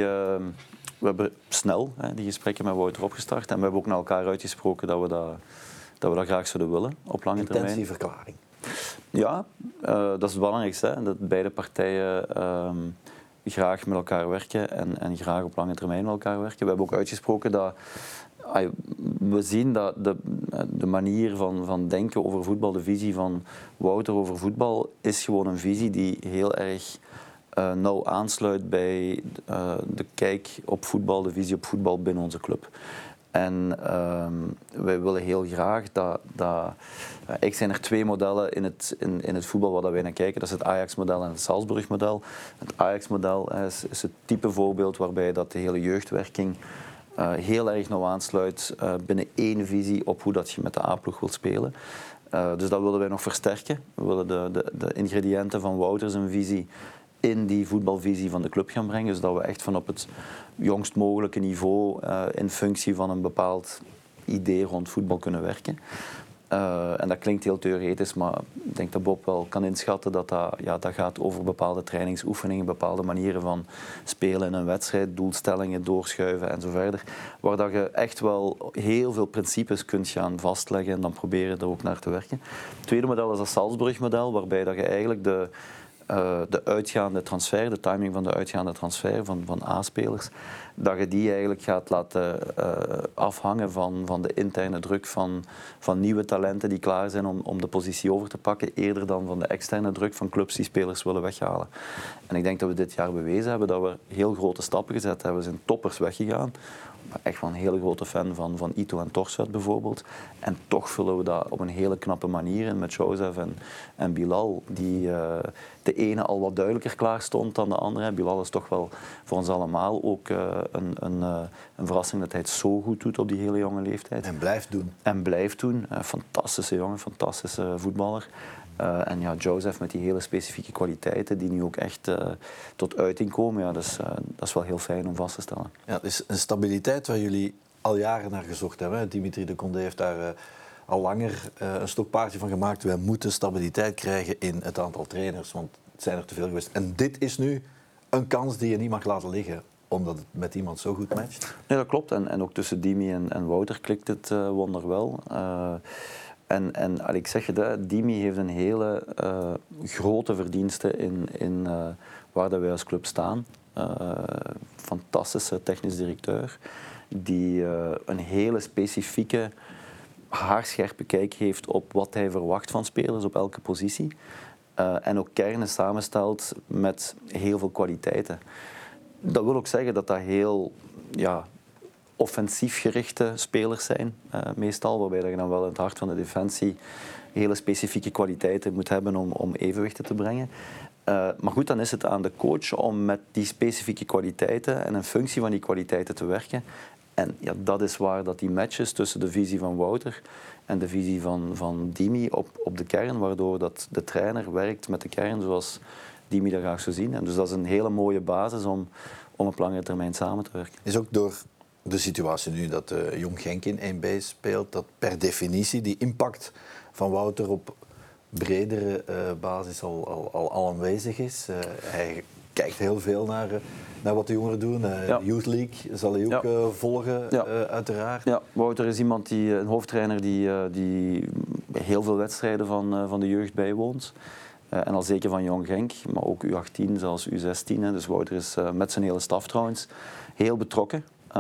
we hebben snel die gesprekken met Wouter opgestart. En we hebben ook naar elkaar uitgesproken dat we dat graag zouden willen op lange termijn. Intentieverklaring. Ja, dat is het belangrijkste. Hè? Dat beide partijen graag met elkaar werken en graag op lange termijn met elkaar werken. We hebben ook uitgesproken dat we zien dat de manier van denken over voetbal, de visie van Wouter over voetbal, is gewoon een visie die heel erg nauw aansluit bij de kijk op voetbal, de visie op voetbal binnen onze club. En wij willen heel graag dat eigenlijk zijn er twee modellen in het voetbal waar wij naar kijken. Dat is het Ajax-model en het Salzburg-model. Het Ajax-model is het type voorbeeld waarbij dat de hele jeugdwerking heel erg nauw aansluit binnen één visie op hoe dat je met de A-ploeg wilt spelen. Dus dat willen wij nog versterken. We willen de ingrediënten van Wouters een visie in die voetbalvisie van de club gaan brengen. Dus dat we echt van op het jongst mogelijke niveau in functie van een bepaald idee rond voetbal kunnen werken. En dat klinkt heel theoretisch, maar ik denk dat Bob wel kan inschatten dat gaat over bepaalde trainingsoefeningen, bepaalde manieren van spelen in een wedstrijd, doelstellingen, doorschuiven en zo verder. Waar dat je echt wel heel veel principes kunt gaan vastleggen en dan proberen er ook naar te werken. Het tweede model is het Salzburg-model, waarbij dat je eigenlijk de uitgaande transfer, de timing van de uitgaande transfer van A-spelers, dat je die eigenlijk gaat laten afhangen van de interne druk van nieuwe talenten die klaar zijn om de positie over te pakken, eerder dan van de externe druk van clubs die spelers willen weghalen. En ik denk dat we dit jaar bewezen hebben dat we heel grote stappen gezet hebben. We zijn toppers weggegaan. Ik ben echt wel een hele grote fan van Ito en Torstvedt bijvoorbeeld. En toch vullen we dat op een hele knappe manier in met Joseph en Bilal, die de ene al wat duidelijker klaar stond dan de andere. Bilal is toch wel voor ons allemaal ook een verrassing dat hij het zo goed doet op die hele jonge leeftijd. En blijft doen. En blijft doen. Fantastische jongen, fantastische voetballer. En ja, Joseph met die hele specifieke kwaliteiten die nu ook echt tot uiting komen, ja, dat is wel heel fijn om vast te stellen. Ja, het is een stabiliteit waar jullie al jaren naar gezocht hebben. Dimitri de Condé heeft daar al langer een stokpaardje van gemaakt. Wij moeten stabiliteit krijgen in het aantal trainers, want het zijn er te veel geweest. En dit is nu een kans die je niet mag laten liggen, omdat het met iemand zo goed matcht. Nee, dat klopt. En ook tussen Dimi en Wouter klikt het wonderwel. En ik zeg het, Dimi heeft een hele grote verdienste in waar dat wij als club staan. Fantastische technisch directeur die een hele specifieke, haarscherpe kijk heeft op wat hij verwacht van spelers op elke positie. En ook kernen samenstelt met heel veel kwaliteiten. Dat wil ook zeggen dat dat heel offensief gerichte spelers zijn, meestal, waarbij je dan wel in het hart van de defensie hele specifieke kwaliteiten moet hebben om evenwichten te brengen. Maar goed, dan is het aan de coach om met die specifieke kwaliteiten en in functie van die kwaliteiten te werken. En ja, dat is waar dat die matches tussen de visie van Wouter en de visie van Dimi op de kern, waardoor dat de trainer werkt met de kern zoals Dimi dat graag zou zien. En dus dat is een hele mooie basis om op langere termijn samen te werken. Is ook door de situatie nu dat Jong Genk in 1B speelt, dat per definitie die impact van Wouter op bredere basis al aanwezig is. Hij kijkt heel veel naar wat de jongeren doen. Youth League zal hij ook volgen, uiteraard. Ja, Wouter is iemand een hoofdtrainer die heel veel wedstrijden van de jeugd bijwoont. En al zeker van Jong Genk, maar ook U18, zelfs U16. Dus Wouter is met zijn hele staf trouwens heel betrokken.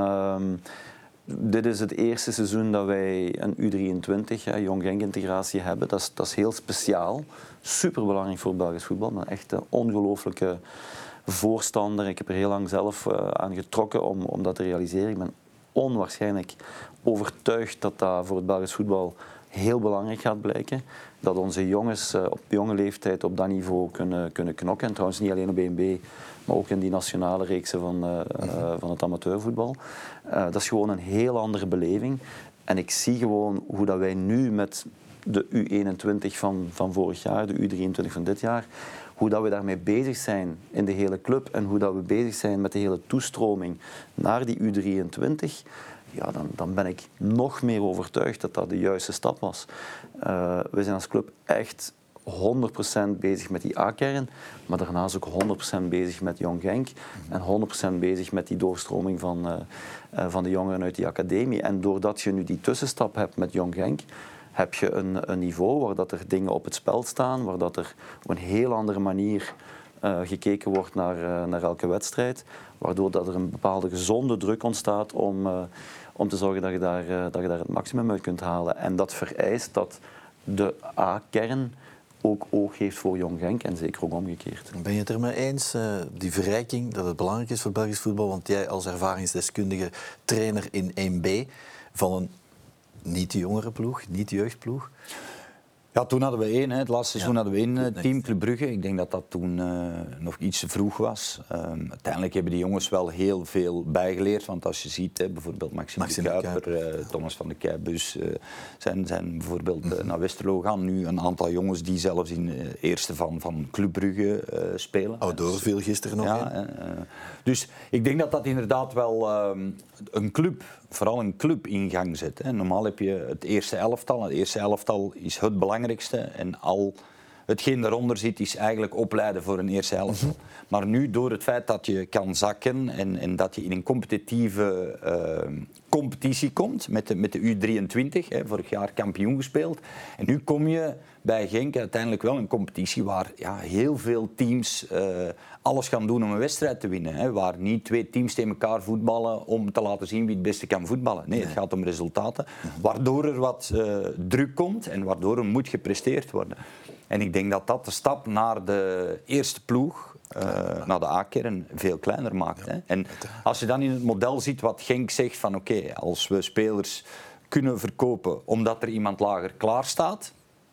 Dit is het eerste seizoen dat wij een U23, Jong Genk integratie hebben. Dat is heel speciaal. Superbelangrijk voor het Belgisch voetbal. Maar echt een ongelooflijke voorstander. Ik heb er heel lang zelf aan getrokken om dat te realiseren. Ik ben onwaarschijnlijk overtuigd dat dat voor het Belgisch voetbal heel belangrijk gaat blijken. Dat onze jongens op jonge leeftijd op dat niveau kunnen knokken. En trouwens niet alleen op 1B, maar ook in die nationale reeksen van het amateurvoetbal. Dat is gewoon een heel andere beleving. En ik zie gewoon hoe dat wij nu met de U21 van vorig jaar, de U23 van dit jaar, hoe dat we daarmee bezig zijn in de hele club en hoe dat we bezig zijn met de hele toestroming naar die U23, ja, dan ben ik nog meer overtuigd dat dat de juiste stap was. We zijn als club echt 100% bezig met die A-kern, maar daarnaast ook 100% bezig met Jong Genk en 100% bezig met die doorstroming van de jongeren uit die academie. En doordat je nu die tussenstap hebt met Jong Genk, heb je een niveau waar dat er dingen op het spel staan, waar dat er op een heel andere manier gekeken wordt naar elke wedstrijd, waardoor dat er een bepaalde gezonde druk ontstaat om te zorgen dat je daar het maximum uit kunt halen. En dat vereist dat de A-kern ook oog heeft voor Jong Genk en zeker ook omgekeerd. Ben je het er mee eens, die verrijking, dat het belangrijk is voor Belgisch voetbal? Want jij als ervaringsdeskundige trainer in 1B van een niet de jongere ploeg, niet de jeugdploeg. Ja, toen hadden we één. Het laatste seizoen hadden we één team, Club Brugge. Ik denk dat dat toen nog iets te vroeg was. Uiteindelijk hebben die jongens wel heel veel bijgeleerd. Want als je ziet, bijvoorbeeld Maxime de Kuiper, Thomas van de Keibus zijn bijvoorbeeld naar Westerlo gaan. Nu een aantal jongens die zelfs in de eerste van Club Brugge spelen. Outdoor viel gisteren nog in. Dus ik denk dat dat inderdaad wel een club, vooral een club in gang zet. Normaal heb je het eerste elftal. Het eerste elftal is het belangrijkste. En al hetgeen daaronder zit is eigenlijk opleiden voor een eerste elftal. Maar nu, door het feit dat je kan zakken en dat je in een competitieve competitie komt met de U23, vorig jaar kampioen gespeeld. En nu kom je bij Genk uiteindelijk wel een competitie waar heel veel teams alles gaan doen om een wedstrijd te winnen. Waar niet twee teams tegen elkaar voetballen om te laten zien wie het beste kan voetballen. Nee, het gaat om resultaten. Waardoor er wat druk komt en waardoor er moet gepresteerd worden. En ik denk dat dat de stap naar de eerste ploeg, naar de A-kern, veel kleiner maakt. Hè. En als je dan in het model ziet wat Genk zegt van oké, als we spelers kunnen verkopen omdat er iemand lager klaar staat,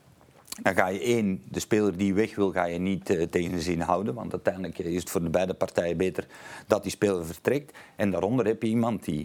dan ga je de speler die weg wil, ga je niet tegen de zin houden. Want uiteindelijk is het voor de beide partijen beter dat die speler vertrekt. En daaronder heb je iemand die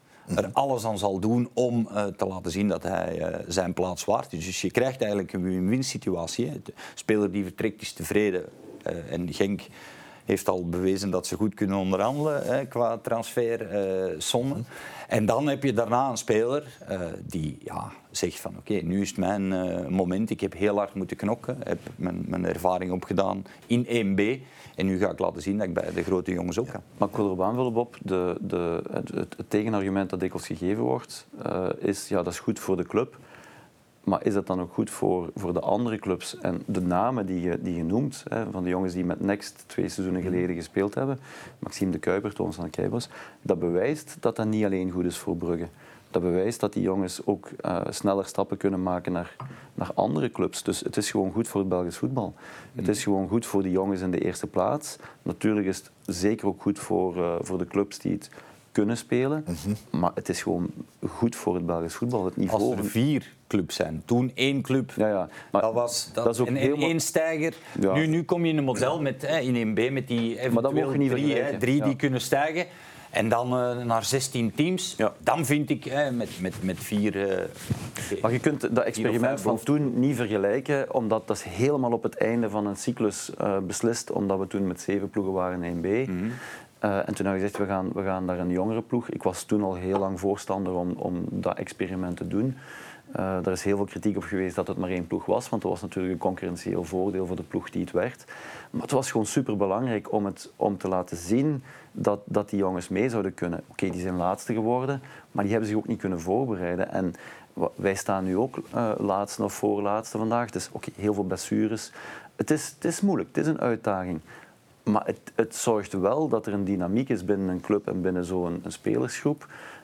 er alles aan zal doen om te laten zien dat hij zijn plaats waard is. Dus je krijgt eigenlijk een win-win situatie. De speler die vertrekt is tevreden. En Genk heeft al bewezen dat ze goed kunnen onderhandelen qua transfersommen. En dan heb je daarna een speler die zegt van oké, nu is het mijn moment. Ik heb heel hard moeten knokken. Heb mijn ervaring opgedaan in 1B. En nu ga ik laten zien dat ik bij de grote jongens ook kan. Maar ik wil erop aanvullen, Bob. Het tegenargument dat dikwijls gegeven wordt, is dat is goed voor de club. Maar is dat dan ook goed voor de andere clubs? En de namen die je noemt, van de jongens die met Next 2 seizoenen geleden gespeeld hebben, Maxime de Kuiper, Thomas van de Keibus, dat bewijst dat dat niet alleen goed is voor Brugge. Dat bewijst dat die jongens ook sneller stappen kunnen maken naar andere clubs. Dus het is gewoon goed voor het Belgisch voetbal. Het is gewoon goed voor die jongens in de eerste plaats. Natuurlijk is het zeker ook goed voor de clubs die het kunnen spelen. Maar het is gewoon goed voor het Belgisch voetbal. Het niveau. Als er 4 clubs zijn, toen 1 club, maar dat was dat is ook één stijger. Ja. Nu kom je in een model met, in 1B met die eventueel 3 die kunnen stijgen. En dan naar 16 teams. Ja. Dan vind ik met 4... maar je kunt dat experiment van toen niet vergelijken, omdat dat is helemaal op het einde van een cyclus beslist, omdat we toen met 7 ploegen waren in 1B. En toen hebben we gezegd, we gaan naar een jongere ploeg. Ik was toen al heel lang voorstander om dat experiment te doen. Er is heel veel kritiek op geweest dat het maar 1 ploeg was, want dat was natuurlijk een concurrentieel voordeel voor de ploeg die het werd. Maar het was gewoon superbelangrijk om te laten zien dat die jongens mee zouden kunnen. Oké, die zijn laatste geworden, maar die hebben zich ook niet kunnen voorbereiden. En wij staan nu ook laatste of voorlaatste vandaag. Dus heel veel blessures. Het is moeilijk, het is een uitdaging. Maar het zorgt wel dat er een dynamiek is binnen een club en binnen zo'n spelersgroep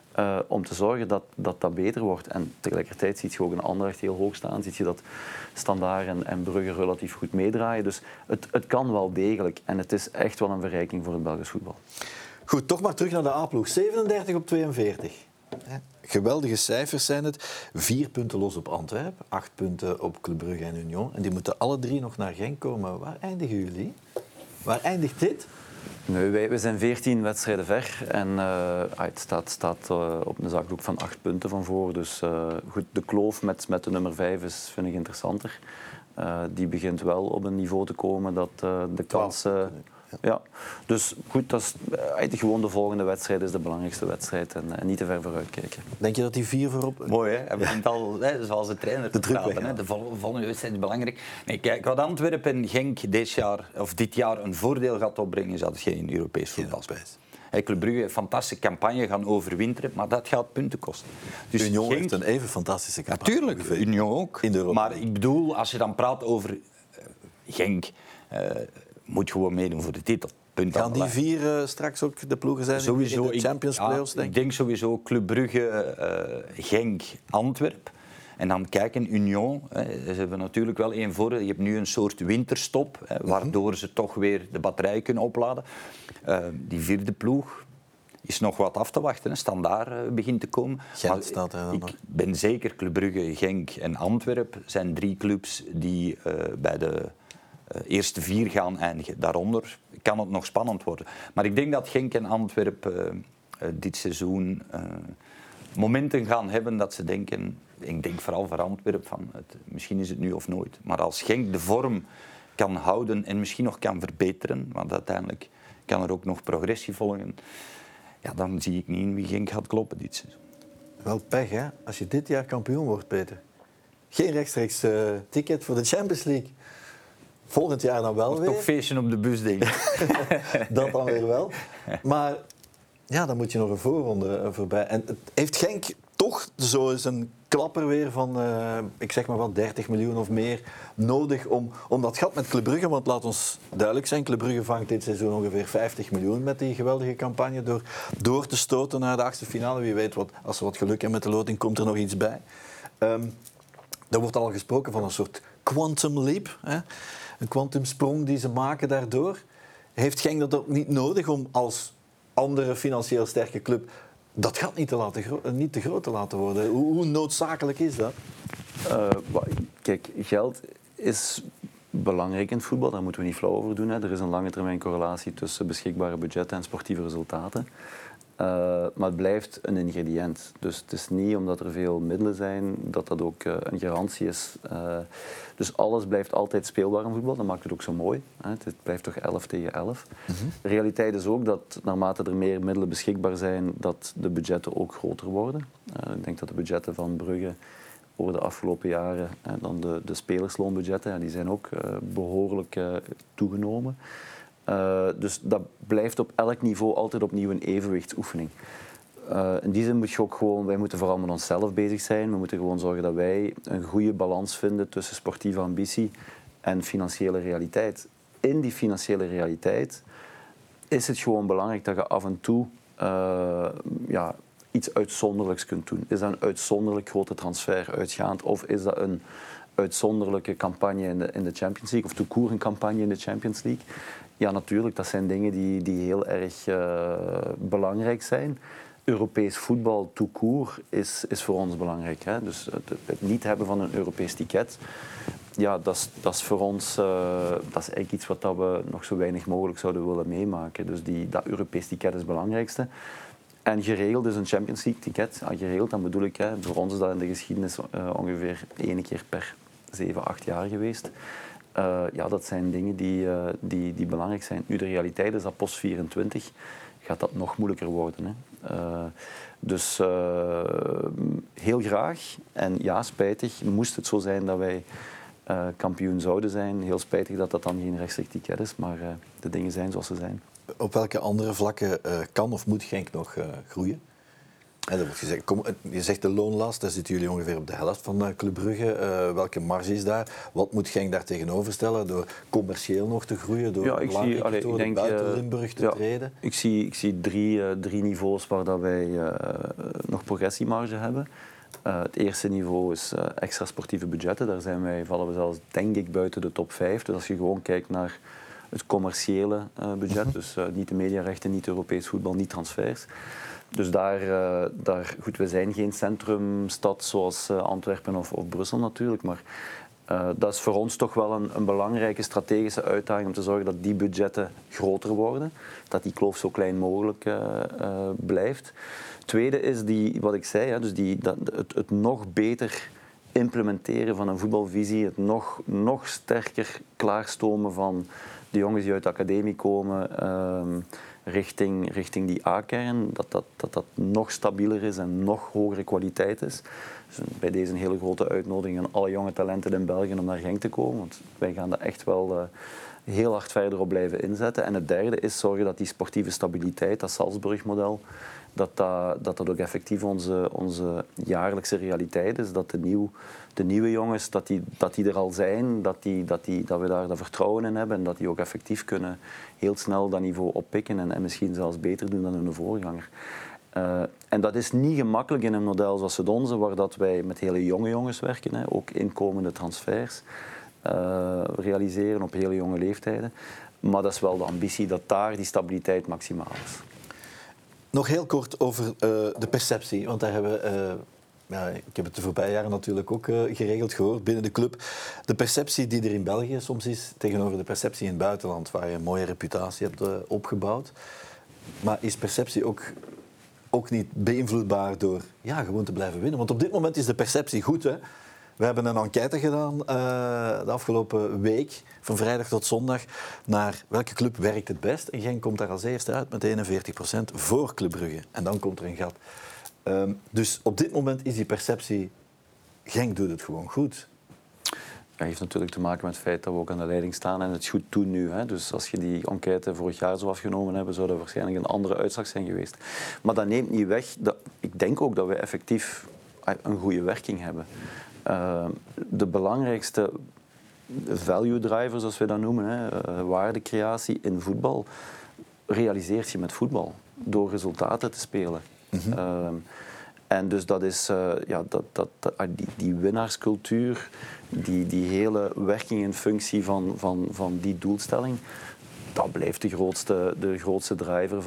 om te zorgen dat beter wordt. En tegelijkertijd zie je ook een Anderlecht heel hoog staan. Zie je dat Standaard en Brugge relatief goed meedraaien. Dus het kan wel degelijk. En het is echt wel een verrijking voor het Belgisch voetbal. Goed, toch maar terug naar de A-ploeg. 37 op 42. Geweldige cijfers zijn het. 4 punten los op Antwerpen, 8 punten op Club Brugge en Union. En die moeten alle 3 nog naar Genk komen. Waar eindigen jullie? Waar eindigt dit? Nee, we zijn 14 wedstrijden ver en het staat op een zakdoek van 8 punten van voor. Dus goed, de kloof met de nummer 5 vind ik interessanter. Die begint wel op een niveau te komen dat de kansen Ja. Dus goed, dat is, gewoon de volgende wedstrijd is de belangrijkste wedstrijd en niet te ver vooruit kijken. Denk je dat die 4 voorop... Mooi, hè? Hij begint al, zoals de trainer te praten. Hè? De volgende wedstrijd is belangrijk. Nee, kijk, wat Antwerpen en Genk dit jaar een voordeel gaat opbrengen, is dat het geen Europees voetbal is. Club Brugge heeft een fantastische campagne gaan overwinteren, maar dat gaat punten kosten. Dus Union heeft een even fantastische campagne. Natuurlijk, Union ook. Maar ik bedoel, als je dan praat over Genk, moet gewoon meedoen voor de titel. Gaan die 4 straks ook de ploegen zijn sowieso, in de Champions Playoffs? Ik denk sowieso Club Brugge, Genk, Antwerpen. En dan kijken, Union, ze hebben natuurlijk wel één voordeel. Je hebt nu een soort winterstop, waardoor ze toch weer de batterij kunnen opladen. Die 4e ploeg is nog wat af te wachten. Standaard begint te komen. Gent staat er dan nog. Ik ben zeker, Club Brugge, Genk en Antwerpen zijn 3 clubs die bij de eerste 4 gaan eindigen. Daaronder kan het nog spannend worden. Maar ik denk dat Genk en Antwerpen dit seizoen momenten gaan hebben dat ze denken... Ik denk vooral voor Antwerpen, van misschien is het nu of nooit. Maar als Genk de vorm kan houden en misschien nog kan verbeteren, want uiteindelijk kan er ook nog progressie volgen, ja, dan zie ik niet in wie Genk gaat kloppen dit seizoen. Wel pech, hè? Als je dit jaar kampioen wordt, Peter. Geen rechtstreeks ticket voor de Champions League. Volgend jaar dan wel weer. Toch feestje op de bus, denk ik. Dat dan weer wel. Maar ja, dan moet je nog een voorronde voorbij. En heeft Genk toch zo eens een klapper weer van, ik zeg maar wat, 30 miljoen of meer nodig om dat gat met Club Brugge, want laat ons duidelijk zijn, Club Brugge vangt dit seizoen ongeveer 50 miljoen met die geweldige campagne door te stoten naar de 8e finale. Wie weet, als ze wat geluk hebben met de loting, komt er nog iets bij. Er wordt al gesproken van een soort quantum leap, hè? Een quantumsprong die ze maken daardoor. Heeft Genk dat ook niet nodig om als andere financieel sterke club dat gat niet te groot te laten worden? Hoe noodzakelijk is dat? Kijk, geld is belangrijk in het voetbal, daar moeten we niet flauw over doen. Hè. Er is een lange termijn correlatie tussen beschikbare budgetten en sportieve resultaten. Maar het blijft een ingrediënt. Dus het is niet omdat er veel middelen zijn dat dat ook een garantie is. Dus alles blijft altijd speelbaar in voetbal. Dat maakt het ook zo mooi. Hè. Het blijft toch 11 tegen 11. De realiteit is ook dat naarmate er meer middelen beschikbaar zijn, dat de budgetten ook groter worden. Ik denk dat de budgetten van Brugge over de afgelopen jaren, dan de spelersloonbudgetten, die zijn ook behoorlijk toegenomen. Dus dat blijft op elk niveau altijd opnieuw een evenwichtsoefening. In die zin moet je ook gewoon, wij moeten vooral met onszelf bezig zijn. We moeten gewoon zorgen dat wij een goede balans vinden tussen sportieve ambitie en financiële realiteit. In die financiële realiteit is het gewoon belangrijk dat je af en toe iets uitzonderlijks kunt doen. Is dat een uitzonderlijk grote transfer uitgaand of is dat een uitzonderlijke campagne in de Champions League of tout court een campagne in de Champions League? Ja, natuurlijk, dat zijn dingen die heel erg belangrijk zijn. Europees voetbal tout court is voor ons belangrijk. Hè? Dus het niet hebben van een Europees ticket, ja, dat is voor ons dat is eigenlijk iets wat we nog zo weinig mogelijk zouden willen meemaken. Dus dat Europees ticket is het belangrijkste. En geregeld is een Champions League ticket. Ja, geregeld, dan bedoel ik, voor ons is dat in de geschiedenis ongeveer 1 keer per 7, 8 jaar geweest. Dat zijn dingen die belangrijk zijn. Nu, de realiteit is dat post 24 gaat dat nog moeilijker worden. Hè. Dus heel graag. En ja, spijtig, moest het zo zijn dat wij kampioen zouden zijn. Heel spijtig dat dat dan geen rechtstreeks ticket is, maar de dingen zijn zoals ze zijn. Op welke andere vlakken kan of moet Genk nog groeien? En dat wordt gezegd, je zegt de loonlast, daar zitten jullie ongeveer op de helft van Club Brugge. Welke marge is daar? Wat moet Genk daar tegenover stellen? Door commercieel nog te groeien, door buiten Limburg te treden? Ik zie drie niveaus waar dat wij nog progressiemarge hebben. Het eerste niveau is extra sportieve budgetten. Daar vallen we zelfs, denk ik, buiten de top 5. Dus als je gewoon kijkt naar het commerciële budget, dus niet de mediarechten, niet Europees voetbal, niet transfers. Dus goed, we zijn geen centrumstad zoals Antwerpen of Brussel natuurlijk, maar dat is voor ons toch wel een belangrijke strategische uitdaging om te zorgen dat die budgetten groter worden, dat die kloof zo klein mogelijk blijft. Tweede is wat ik zei, hè, dus het nog beter implementeren van een voetbalvisie, het nog sterker klaarstomen van de jongens die uit de academie komen richting die A-kern, dat nog stabieler is en nog hogere kwaliteit is. Dus bij deze een hele grote uitnodiging aan alle jonge talenten in België om naar Genk te komen. Want wij gaan daar echt wel heel hard verder op blijven inzetten. En het derde is zorgen dat die sportieve stabiliteit, dat Salzburg-model, dat ook effectief onze jaarlijkse realiteit is. Dat de nieuwe jongens, dat die er al zijn, dat we daar dat vertrouwen in hebben en dat die ook effectief kunnen heel snel dat niveau oppikken en misschien zelfs beter doen dan hun voorganger. En dat is niet gemakkelijk in een model zoals het onze, waar dat wij met hele jonge jongens werken, hè, ook inkomende transfers realiseren op hele jonge leeftijden. Maar dat is wel de ambitie dat daar die stabiliteit maximaal is. Nog heel kort over de perceptie, want daar hebben we... ik heb het de voorbije jaren natuurlijk ook geregeld gehoord binnen de club. De perceptie die er in België soms is tegenover de perceptie in het buitenland, waar je een mooie reputatie hebt opgebouwd. Maar is perceptie ook niet beïnvloedbaar door gewoon te blijven winnen? Want op dit moment is de perceptie goed, hè? We hebben een enquête gedaan de afgelopen week, van vrijdag tot zondag, naar welke club werkt het best. En Genk komt daar als eerste uit met 41% voor Club Brugge. En dan komt er een gat. Dus op dit moment is die perceptie, Genk doet het gewoon goed. Dat heeft natuurlijk te maken met het feit dat we ook aan de leiding staan en het goed doen nu. Hè. Dus als je die enquête vorig jaar zo afgenomen hebben, zou dat waarschijnlijk een andere uitslag zijn geweest. Maar dat neemt niet weg. Ik denk ook dat we effectief een goede werking hebben. De belangrijkste value driver, zoals we dat noemen, hè, waardecreatie in voetbal, realiseert je met voetbal. Door resultaten te spelen. Mm-hmm. En dus dat is die winnaarscultuur, die hele werking en functie van die doelstelling, dat blijft de grootste driver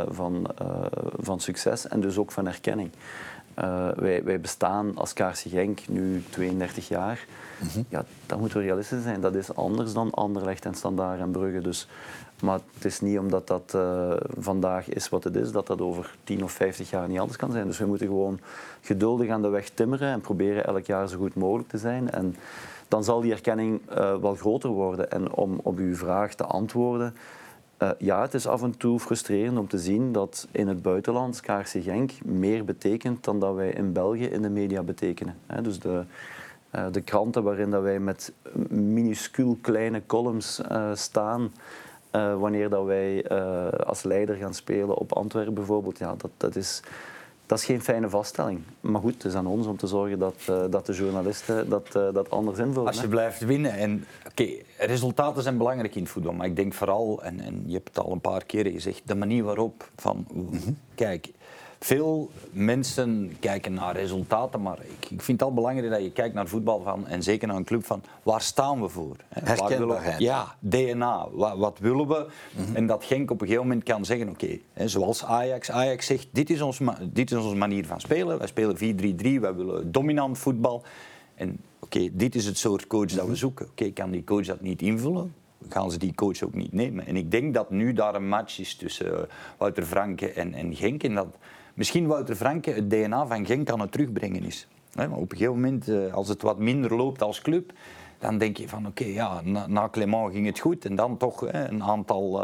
van succes en dus ook van erkenning. Wij bestaan als KRC Genk nu 32 jaar. Mm-hmm. Ja, dat moeten we realistisch zijn. Dat is anders dan Anderlecht en Standaard en Brugge. Dus, maar het is niet omdat dat vandaag is wat het is, dat over 10 of 50 jaar niet anders kan zijn. Dus we moeten gewoon geduldig aan de weg timmeren en proberen elk jaar zo goed mogelijk te zijn. En dan zal die erkenning wel groter worden. En om op uw vraag te antwoorden, het is af en toe frustrerend om te zien dat in het buitenland KRC Genk meer betekent dan dat wij in België in de media betekenen. Dus de kranten waarin dat wij met minuscuul kleine columns staan wanneer dat wij als leider gaan spelen op Antwerpen bijvoorbeeld, dat is geen fijne vaststelling. Maar goed, het is aan ons om te zorgen dat de journalisten dat anders invullen. Als je blijft winnen. En resultaten zijn belangrijk in het voetbal. Maar ik denk vooral, en je hebt het al een paar keren gezegd, de manier waarop. Kijk, veel mensen kijken naar resultaten, maar ik vind het al belangrijk dat je kijkt naar voetbal en zeker naar een club van waar staan we voor? Herkenbaarheid. DNA. Wat willen we? Mm-hmm. En dat Genk op een gegeven moment kan zeggen, zoals Ajax. Ajax zegt, dit is onze manier van spelen. Wij spelen 4-3-3, wij willen dominant voetbal. En dit is het soort coach dat we zoeken. Kan die coach dat niet invullen? Gaan ze die coach ook niet nemen? En ik denk dat nu daar een match is tussen Wouter Franke en Genk. En dat misschien Wouter Franke het DNA van Genk aan het terugbrengen is. Maar op een gegeven moment, als het wat minder loopt als club, dan denk je van na Clément ging het goed. En dan toch een aantal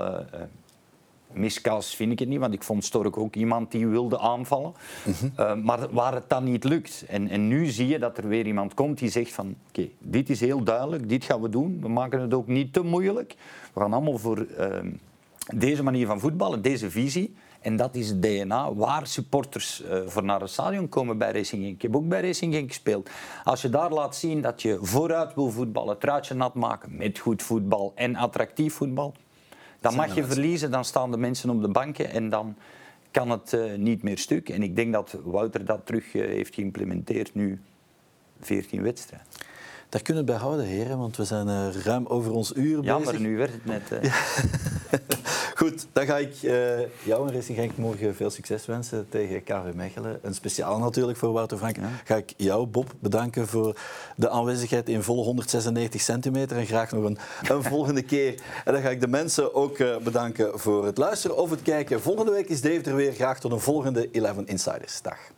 miskas vind ik het niet, want ik vond Stork ook iemand die wilde aanvallen. Mm-hmm. Maar waar het dan niet lukt. En nu zie je dat er weer iemand komt die zegt van dit is heel duidelijk, dit gaan we doen. We maken het ook niet te moeilijk. We gaan allemaal voor deze manier van voetballen, deze visie. En dat is het DNA waar supporters voor naar het stadion komen bij Racing Genk. Ik heb ook bij Racing Genk gespeeld. Als je daar laat zien dat je vooruit wil voetballen, het truitje nat maken met goed voetbal en attractief voetbal, dan mag je verliezen, dan staan de mensen op de banken en dan kan het niet meer stuk. En ik denk dat Wouter dat terug heeft geïmplementeerd nu 14 wedstrijden. Daar kunnen we het bij houden, heren, want we zijn ruim over ons uur bezig. Ja, maar nu werd het net... Goed, dan ga ik jou en Racing Genk morgen veel succes wensen tegen KV Mechelen. Een speciaal natuurlijk voor Wouter Franke. Ja. Ga ik jou, Bob, bedanken voor de aanwezigheid in volle 196 centimeter. En graag nog een volgende keer. En dan ga ik de mensen ook bedanken voor het luisteren of het kijken. Volgende week is Dave er weer. Graag tot een volgende 11 Insiders. Dag.